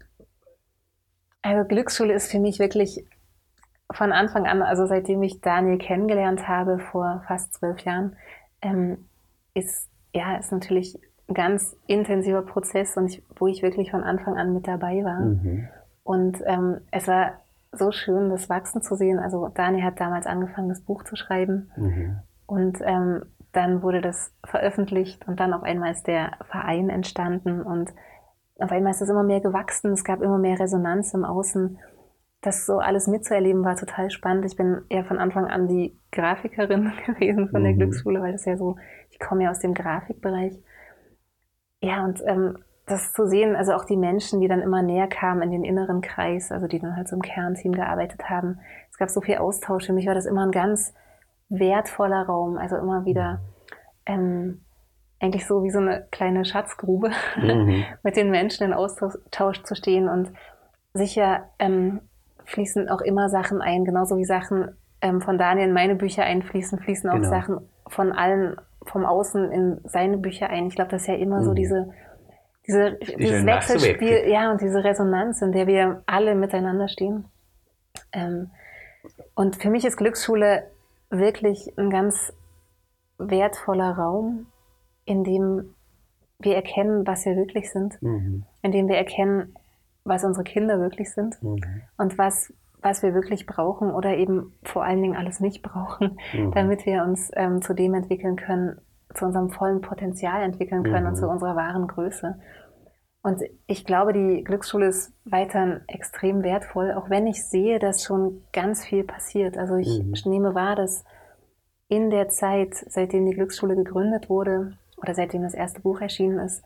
Also Glücksschule ist für mich wirklich von Anfang an, also seitdem ich Daniel kennengelernt habe, vor fast zwölf Jahren, ähm, ist, ja, ist natürlich ein ganz intensiver Prozess, und ich, wo ich wirklich von Anfang an mit dabei war. Mhm. Und ähm, es war so schön, das wachsen zu sehen. Also Daniel hat damals angefangen, das Buch zu schreiben. Mhm. Und ähm, dann wurde das veröffentlicht und dann auf einmal ist der Verein entstanden und auf einmal ist es immer mehr gewachsen, es gab immer mehr Resonanz im Außen. Das so alles mitzuerleben war total spannend. Ich bin eher von Anfang an die Grafikerin gewesen von der mhm. Glücksschule, weil das ja so, ich komme ja aus dem Grafikbereich. Ja, und ähm, das zu sehen, also auch die Menschen, die dann immer näher kamen in den inneren Kreis, also die dann halt so im Kernteam gearbeitet haben. Es gab so viel Austausch. Für mich war das immer ein ganz wertvoller Raum, also immer wieder ähm, eigentlich so wie so eine kleine Schatzgrube, mhm. mit den Menschen in Austausch zu stehen. Und sicher ähm, fließen auch immer Sachen ein, genauso wie Sachen ähm, von Daniel in meine Bücher einfließen, fließen auch genau. Sachen von allen vom Außen in seine Bücher ein. Ich glaube, das ist ja immer mhm. so diese, diese dieses Wechselspiel, ja, und diese Resonanz, in der wir alle miteinander stehen. Ähm, und für mich ist Glücksschule wirklich ein ganz wertvoller Raum, in dem wir erkennen, was wir wirklich sind, mhm. in dem wir erkennen, was unsere Kinder wirklich sind mhm. und was, was wir wirklich brauchen oder eben vor allen Dingen alles nicht brauchen, mhm. damit wir uns ähm, zu dem entwickeln können, zu unserem vollen Potenzial entwickeln können mhm. und zu unserer wahren Größe. Und ich glaube, die Glücksschule ist weiterhin extrem wertvoll, auch wenn ich sehe, dass schon ganz viel passiert. Also ich mhm. nehme wahr, dass in der Zeit, seitdem die Glücksschule gegründet wurde oder seitdem das erste Buch erschienen ist,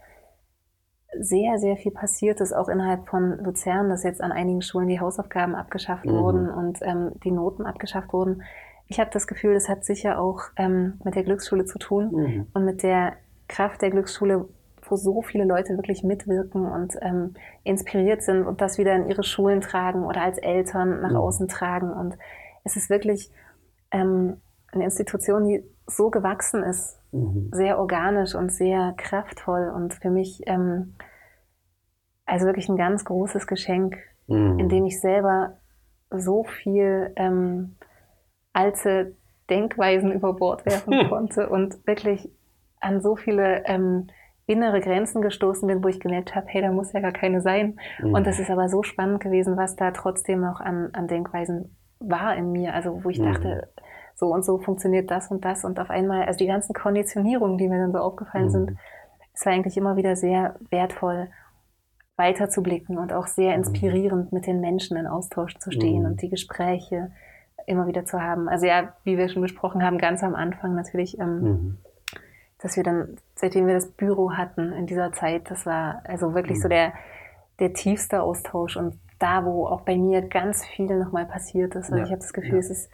sehr, sehr viel passiert ist, auch innerhalb von Luzern, dass jetzt an einigen Schulen die Hausaufgaben abgeschafft mhm. wurden und ähm, die Noten abgeschafft wurden. Ich habe das Gefühl, das hat sicher auch ähm, mit der Glücksschule zu tun mhm. und mit der Kraft der Glücksschule, wo so viele Leute wirklich mitwirken und ähm, inspiriert sind und das wieder in ihre Schulen tragen oder als Eltern nach mhm. außen tragen. Und es ist wirklich ähm, eine Institution, die so gewachsen ist, mhm. sehr organisch und sehr kraftvoll und für mich ähm, also wirklich ein ganz großes Geschenk, mhm. in dem ich selber so viel ähm, alte Denkweisen über Bord werfen konnte und wirklich an so viele ähm, innere Grenzen gestoßen bin, wo ich gemerkt habe, hey, da muss ja gar keine sein. Mhm. Und das ist aber so spannend gewesen, was da trotzdem noch an, an Denkweisen war in mir. Also wo ich mhm. dachte, so und so funktioniert das und das. Und auf einmal, also die ganzen Konditionierungen, die mir dann so aufgefallen mhm. sind, es war eigentlich immer wieder sehr wertvoll, weiterzublicken und auch sehr inspirierend, mit den Menschen in Austausch zu stehen mhm. und die Gespräche immer wieder zu haben. Also ja, wie wir schon besprochen haben, ganz am Anfang natürlich, ähm, mhm. dass wir dann, seitdem wir das Büro hatten in dieser Zeit, das war also wirklich mhm. so der, der tiefste Austausch und da, wo auch bei mir ganz viel nochmal passiert ist. Also ja. ich habe das Gefühl, ja. es ist,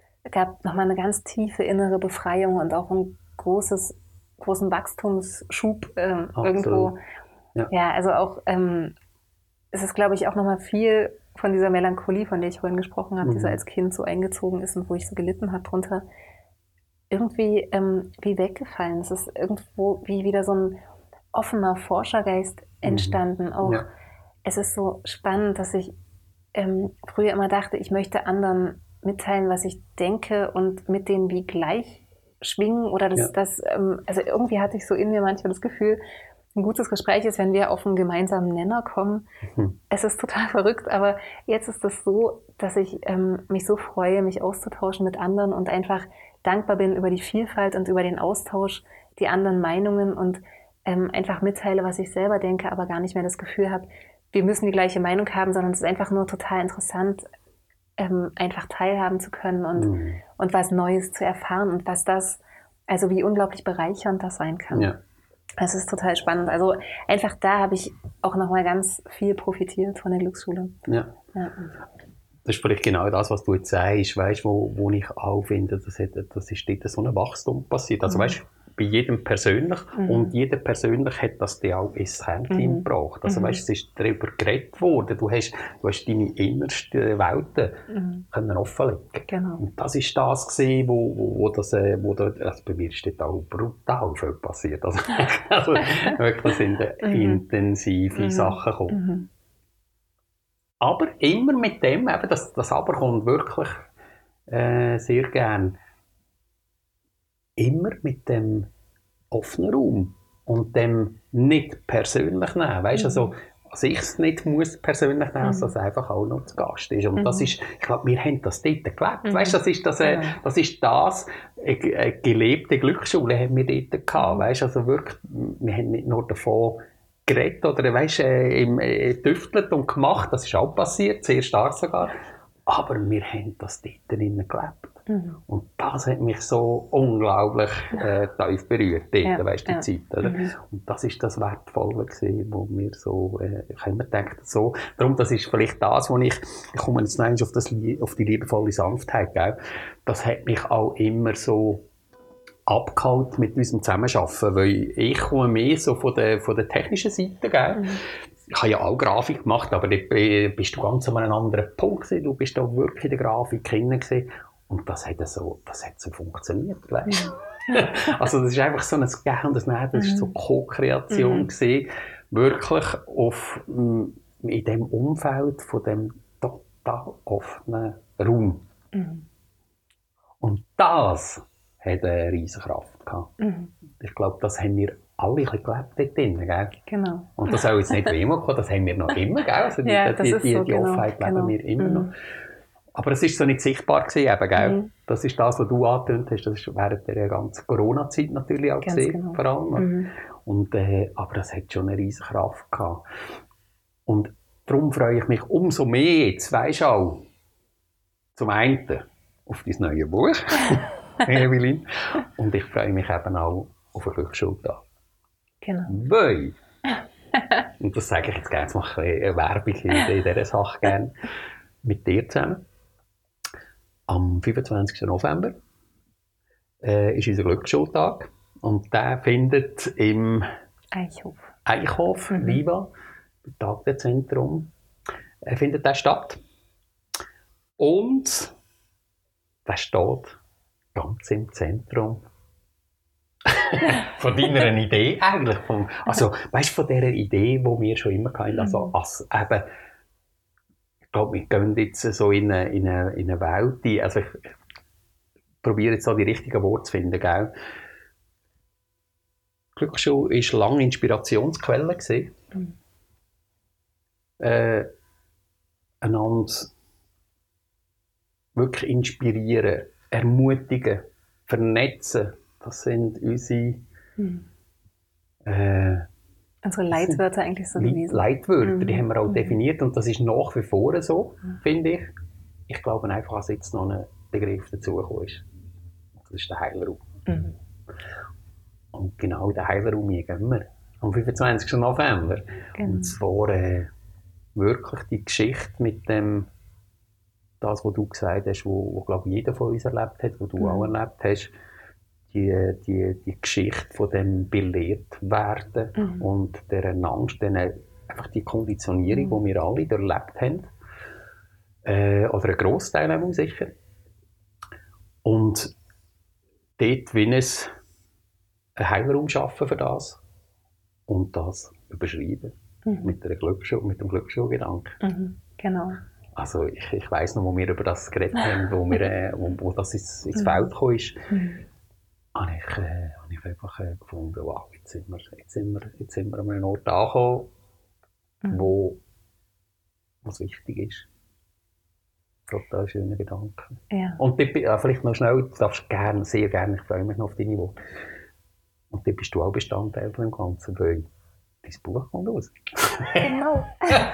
gab nochmal eine ganz tiefe innere Befreiung und auch ein großes, großen Wachstumsschub äh, irgendwo. Ja. ja, also auch, ähm, es ist, glaube ich, auch nochmal viel von dieser Melancholie, von der ich vorhin gesprochen habe, mhm. die so als Kind so eingezogen ist und wo ich so gelitten habe drunter, irgendwie ähm, wie weggefallen. Es ist irgendwo wie wieder so ein offener Forschergeist entstanden. Mhm. Auch, ja. Es ist so spannend, dass ich ähm, früher immer dachte, ich möchte anderen mitteilen, was ich denke und mit denen wie gleich schwingen oder das, ja. das ähm, also irgendwie hatte ich so in mir manchmal das Gefühl, ein gutes Gespräch ist, wenn wir auf einen gemeinsamen Nenner kommen. Mhm. Es ist total verrückt, aber jetzt ist es so, dass ich ähm, mich so freue, mich auszutauschen mit anderen und einfach dankbar bin über die Vielfalt und über den Austausch, die anderen Meinungen und ähm, einfach mitteile, was ich selber denke, aber gar nicht mehr das Gefühl habe, wir müssen die gleiche Meinung haben, sondern es ist einfach nur total interessant, ähm, einfach teilhaben zu können und, mhm. und was Neues zu erfahren und was das, also wie unglaublich bereichernd das sein kann. Ja. Es ist total spannend. Also einfach da habe ich auch nochmal ganz viel profitiert von der Glücksschule. Ja. ja. Das ist vielleicht genau das, was du jetzt sagst, weißt, wo, wo ich auch finde, dass das ist dort so ein Wachstum passiert. Also mhm. weißt, bei jedem persönlich mhm. und jeder persönlich hat das dir auch ins Kernteam mhm. gebracht. Also mhm. weißt, es ist darüber geredet worden. Du hast, du hast deine innersten Welten mhm. können offenlegen. Genau. Und das ist das gewesen, wo, wo, wo das, wo da, also bei mir ist dort auch brutal viel passiert. Also, also wirklich sind mhm. intensive mhm. Sachen gekommen. Mhm. Aber immer mit dem, eben das, das Aber kommt wirklich äh, sehr gern, immer mit dem offenen Raum und dem nicht persönlich nehmen. Weißt, mhm. also, als ich es nicht muss persönlich nehmen, muss, mhm. dass es einfach auch noch zu Gast ist. Und mhm. das ist, ich glaube, wir haben das dort gelebt. Mhm. Weißt, das ist das, äh, das ist das, eine, eine gelebte Glücksschule haben wir dort gehabt. Weißt, also wirklich, wir haben nicht nur davon geredet oder weißt, äh, im, äh, tüftelt und gemacht, das ist auch passiert, sehr stark sogar. Aber wir haben das dort drinnen gelebt. Mhm. Und das hat mich so unglaublich äh, tief berührt, dort, ja, weißt, die ja. Zeit. Oder? Mhm. Und das ist das Wertvolle gewesen, wo wir so, äh, ich habe mir gedacht, so, darum, das ist vielleicht das, wo ich, ich komme jetzt noch auf, das, auf die liebevolle Sanftheit, gell? Das hat mich auch immer so abgeholt mit unserem Zusammenarbeiten, weil ich komme mehr so von der, von der technischen Seite, gell? Mhm. Ich habe ja auch Grafik gemacht, aber dort bist du ganz an einem anderen Punkt gewesen. Du bist da wirklich in der Grafik drin gewesen. Und das hat so, das hat so funktioniert, weißt du? Ja. Also das ist einfach so ein Gehen und ein Nehmen, das war mhm. so Co-Kreation mhm. gewesen, wirklich auf, in dem Umfeld von dem total offenen Raum. Mhm. Und das hat eine riesige Kraft gehabt. Mhm. Ich glaube, das haben wir alle ein bisschen gelebt dort drin, gell? Genau. Und das soll jetzt nicht wie immer kommen, das haben wir noch immer, gell? Also die, ja, die, die, so, die genau, Offenheit leben genau. wir immer mhm. noch. Aber es ist so nicht sichtbar gewesen, eben, gell? Mhm. Das ist das, was du angetönt hast. Das ist während der ganzen Corona-Zeit natürlich auch gesehen, genau. vor allem. Mhm. Und, äh, aber das hat schon eine riesige Kraft gehabt. Und darum freue ich mich umso mehr jetzt, weisst du auch, zum einen auf dein neues Buch, Evelyn. Und ich freue mich eben auch auf eine Glücksschultag. Genau. Weil, und das sage ich jetzt gerne, jetzt mache ich eine Werbung in dieser Sache gerne, mit dir zusammen. Am fünfundzwanzigsten November äh, ist unser Glücksschultag und der findet im Eichhof, Eichhof mhm. Viva, im Tagzentrum, äh, findet der statt. Und der steht ganz im Zentrum von deiner Idee eigentlich. Vom, also, weißt du, von dieser Idee, die wir schon immer hatten, also als eben, ich glaube, wir gehen jetzt so in eine, in eine, in eine Welt, die, also ich, probiere jetzt so die richtigen Worte zu finden, gell? Glücksschule war lange Inspirationsquelle gewesen. Mhm. Äh, einander wirklich inspirieren, ermutigen, vernetzen. Das sind unsere mhm. äh, unsere Leitwörter eigentlich so gewesen. Leitwörter, mhm. die haben wir auch mhm. definiert und das ist nach wie vor so, mhm. finde ich. Ich glaube einfach, dass jetzt noch ein Begriff dazugekommen ist. Das ist der Heilerraum. Mhm. Und genau in den Heilerraum gehen wir am fünfundzwanzigsten November. Genau. Und zwar äh, wirklich die Geschichte mit dem, das, was du gesagt hast, wo, wo glaube ich, jeder von uns erlebt hat, was du mhm. auch erlebt hast, die, die, die Geschichte von dem belehrt werden mhm. und der Angst, den, einfach die Konditionierung, mhm. die wir alle erlebt haben. Äh, oder ein Grossteil auch sicher. Und dort will es einen Heilraum schaffen für das und das überschreiben mhm. mit, der Glücksschule, mit dem Glücksschulgedanken. Mhm. Genau. Also ich, ich weiss noch, wo wir über das geredet haben, wo, wir, äh, wo, wo das ins, ins Feld gekommen ist, mhm. habe ich, äh, hab ich einfach äh, gefunden, wow, jetzt sind wir, jetzt sind wir, jetzt sind wir an einem Ort angekommen, mhm. wo was wichtig ist. Total schöner Gedanke. Ja. Und die, äh, vielleicht noch schnell, du darfst gerne, sehr gerne, ich freue mich noch auf deine Worte. Und dann bist du auch Bestandteil von dem Ganzen, weil dein Buch kommt raus. Genau.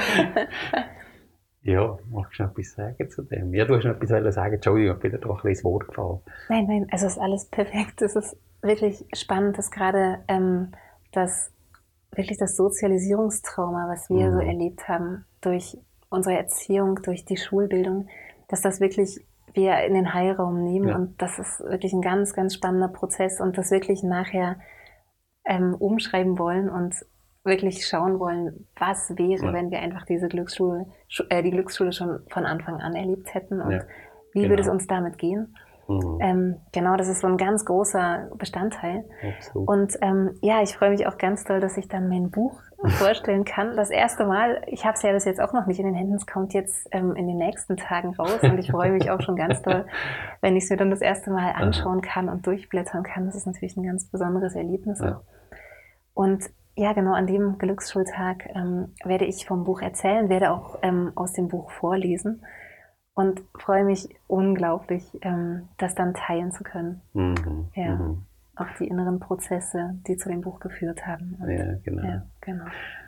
Ja, magst du noch etwas sagen zu dem? Ja, du hast noch etwas sagen, Entschuldigung, ich bin dir doch ein bisschen ins Wort gefallen. Nein, nein, also es ist alles perfekt. Es ist wirklich spannend, dass gerade ähm, das, wirklich das Sozialisierungstrauma, was wir mhm. so erlebt haben, durch unsere Erziehung, durch die Schulbildung, dass das wirklich wir in den Heilraum nehmen ja. und das ist wirklich ein ganz, ganz spannender Prozess und das wirklich nachher ähm, umschreiben wollen und wirklich schauen wollen, was wäre, ja. wenn wir einfach diese Glücksschule, äh, die Glücksschule schon von Anfang an erlebt hätten und ja. wie genau. würde es uns damit gehen. Mhm. Ähm, genau, das ist so ein ganz großer Bestandteil. Absolut. Und ähm, ja, ich freue mich auch ganz doll, dass ich dann mein Buch vorstellen kann. Das erste Mal, ich habe es ja bis jetzt auch noch nicht in den Händen, es kommt jetzt ähm, in den nächsten Tagen raus und ich freue mich auch schon ganz doll, wenn ich es mir dann das erste Mal anschauen kann und durchblättern kann. Das ist natürlich ein ganz besonderes Erlebnis. Ja. Und ja, genau an dem Glücksschultag ähm, werde ich vom Buch erzählen, werde auch ähm, aus dem Buch vorlesen. Und freue mich unglaublich, ähm, das dann teilen zu können. Mhm. Ja. Mhm. Auch die inneren Prozesse, die zu dem Buch geführt haben. Und, ja, genau. Ja, genau.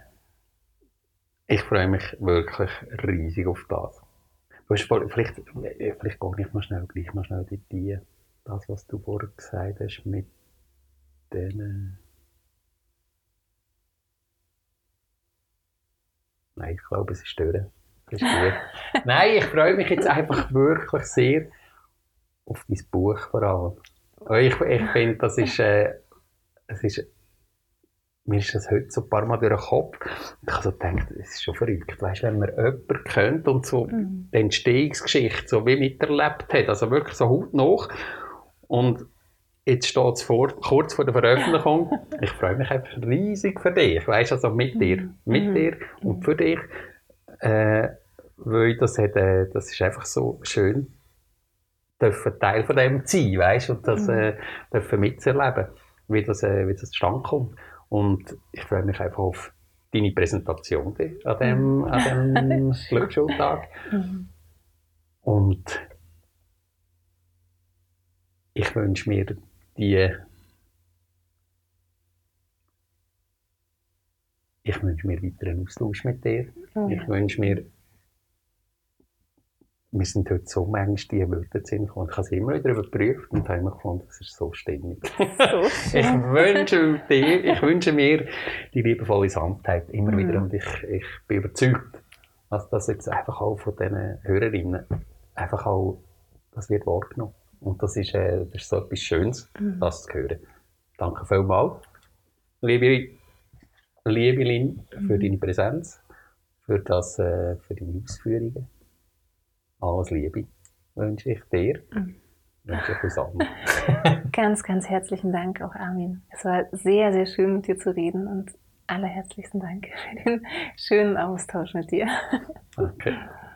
Ich freue mich wirklich riesig auf das. Du hast vor, vielleicht, vielleicht gehe ich mal schnell, gleich mal schnell die, die, das, was du vorher gesagt hast, mit den. Nein, ich glaube, es ist stören. Das ist gut. Nein, ich freue mich jetzt einfach wirklich sehr auf dein Buch vor allem. Ich, ich finde, das ist, äh, es ist, mir ist das heute so ein paar Mal durch den Kopf. Ich habe so gedacht, es ist schon verrückt, weißt, wenn man jemanden kennt und so mhm. die Entstehungsgeschichte so wie miterlebt hat, also wirklich so hautnah. Und jetzt steht es vor, kurz vor der Veröffentlichung. Ich freue mich einfach riesig für dich, weißt, also mit dir, mit mhm. dir und für dich. Äh, weil das, hat, äh, das ist einfach so schön, dürfen Teil von dem sein, weißt, und das äh, dürfen mitzuerleben, wie das, äh, wie das zustande kommt. Und ich freue mich einfach auf deine Präsentation an dem, an dem Glücksschultag. Und ich wünsche mir die Ich wünsche mir weiteren Austausch mit dir. Oh, ich ja. wünsche mir, wir sind heute so manchmal die Wörter zu gekommen. Ich habe sie immer wieder überprüft und habe mir gefunden, das ist so stimmig. So ich, wünsche dir, ich wünsche mir die liebevolle Sanftheit immer mhm. wieder und ich, ich bin überzeugt, dass das jetzt einfach auch von diesen Hörerinnen einfach auch, das wird wahrgenommen. Und das ist, äh, das ist so etwas Schönes, mhm. das zu hören. Danke vielmals, liebe Liebe Lynn, für mhm. deine Präsenz, für, das, äh, für deine Ausführungen. Alles Liebe wünsche ich dir, mhm. wünsche ich uns allen. Ganz, ganz herzlichen Dank auch, Armin. Es war sehr, sehr schön, mit dir zu reden und allerherzlichsten Dank für den schönen Austausch mit dir. Okay.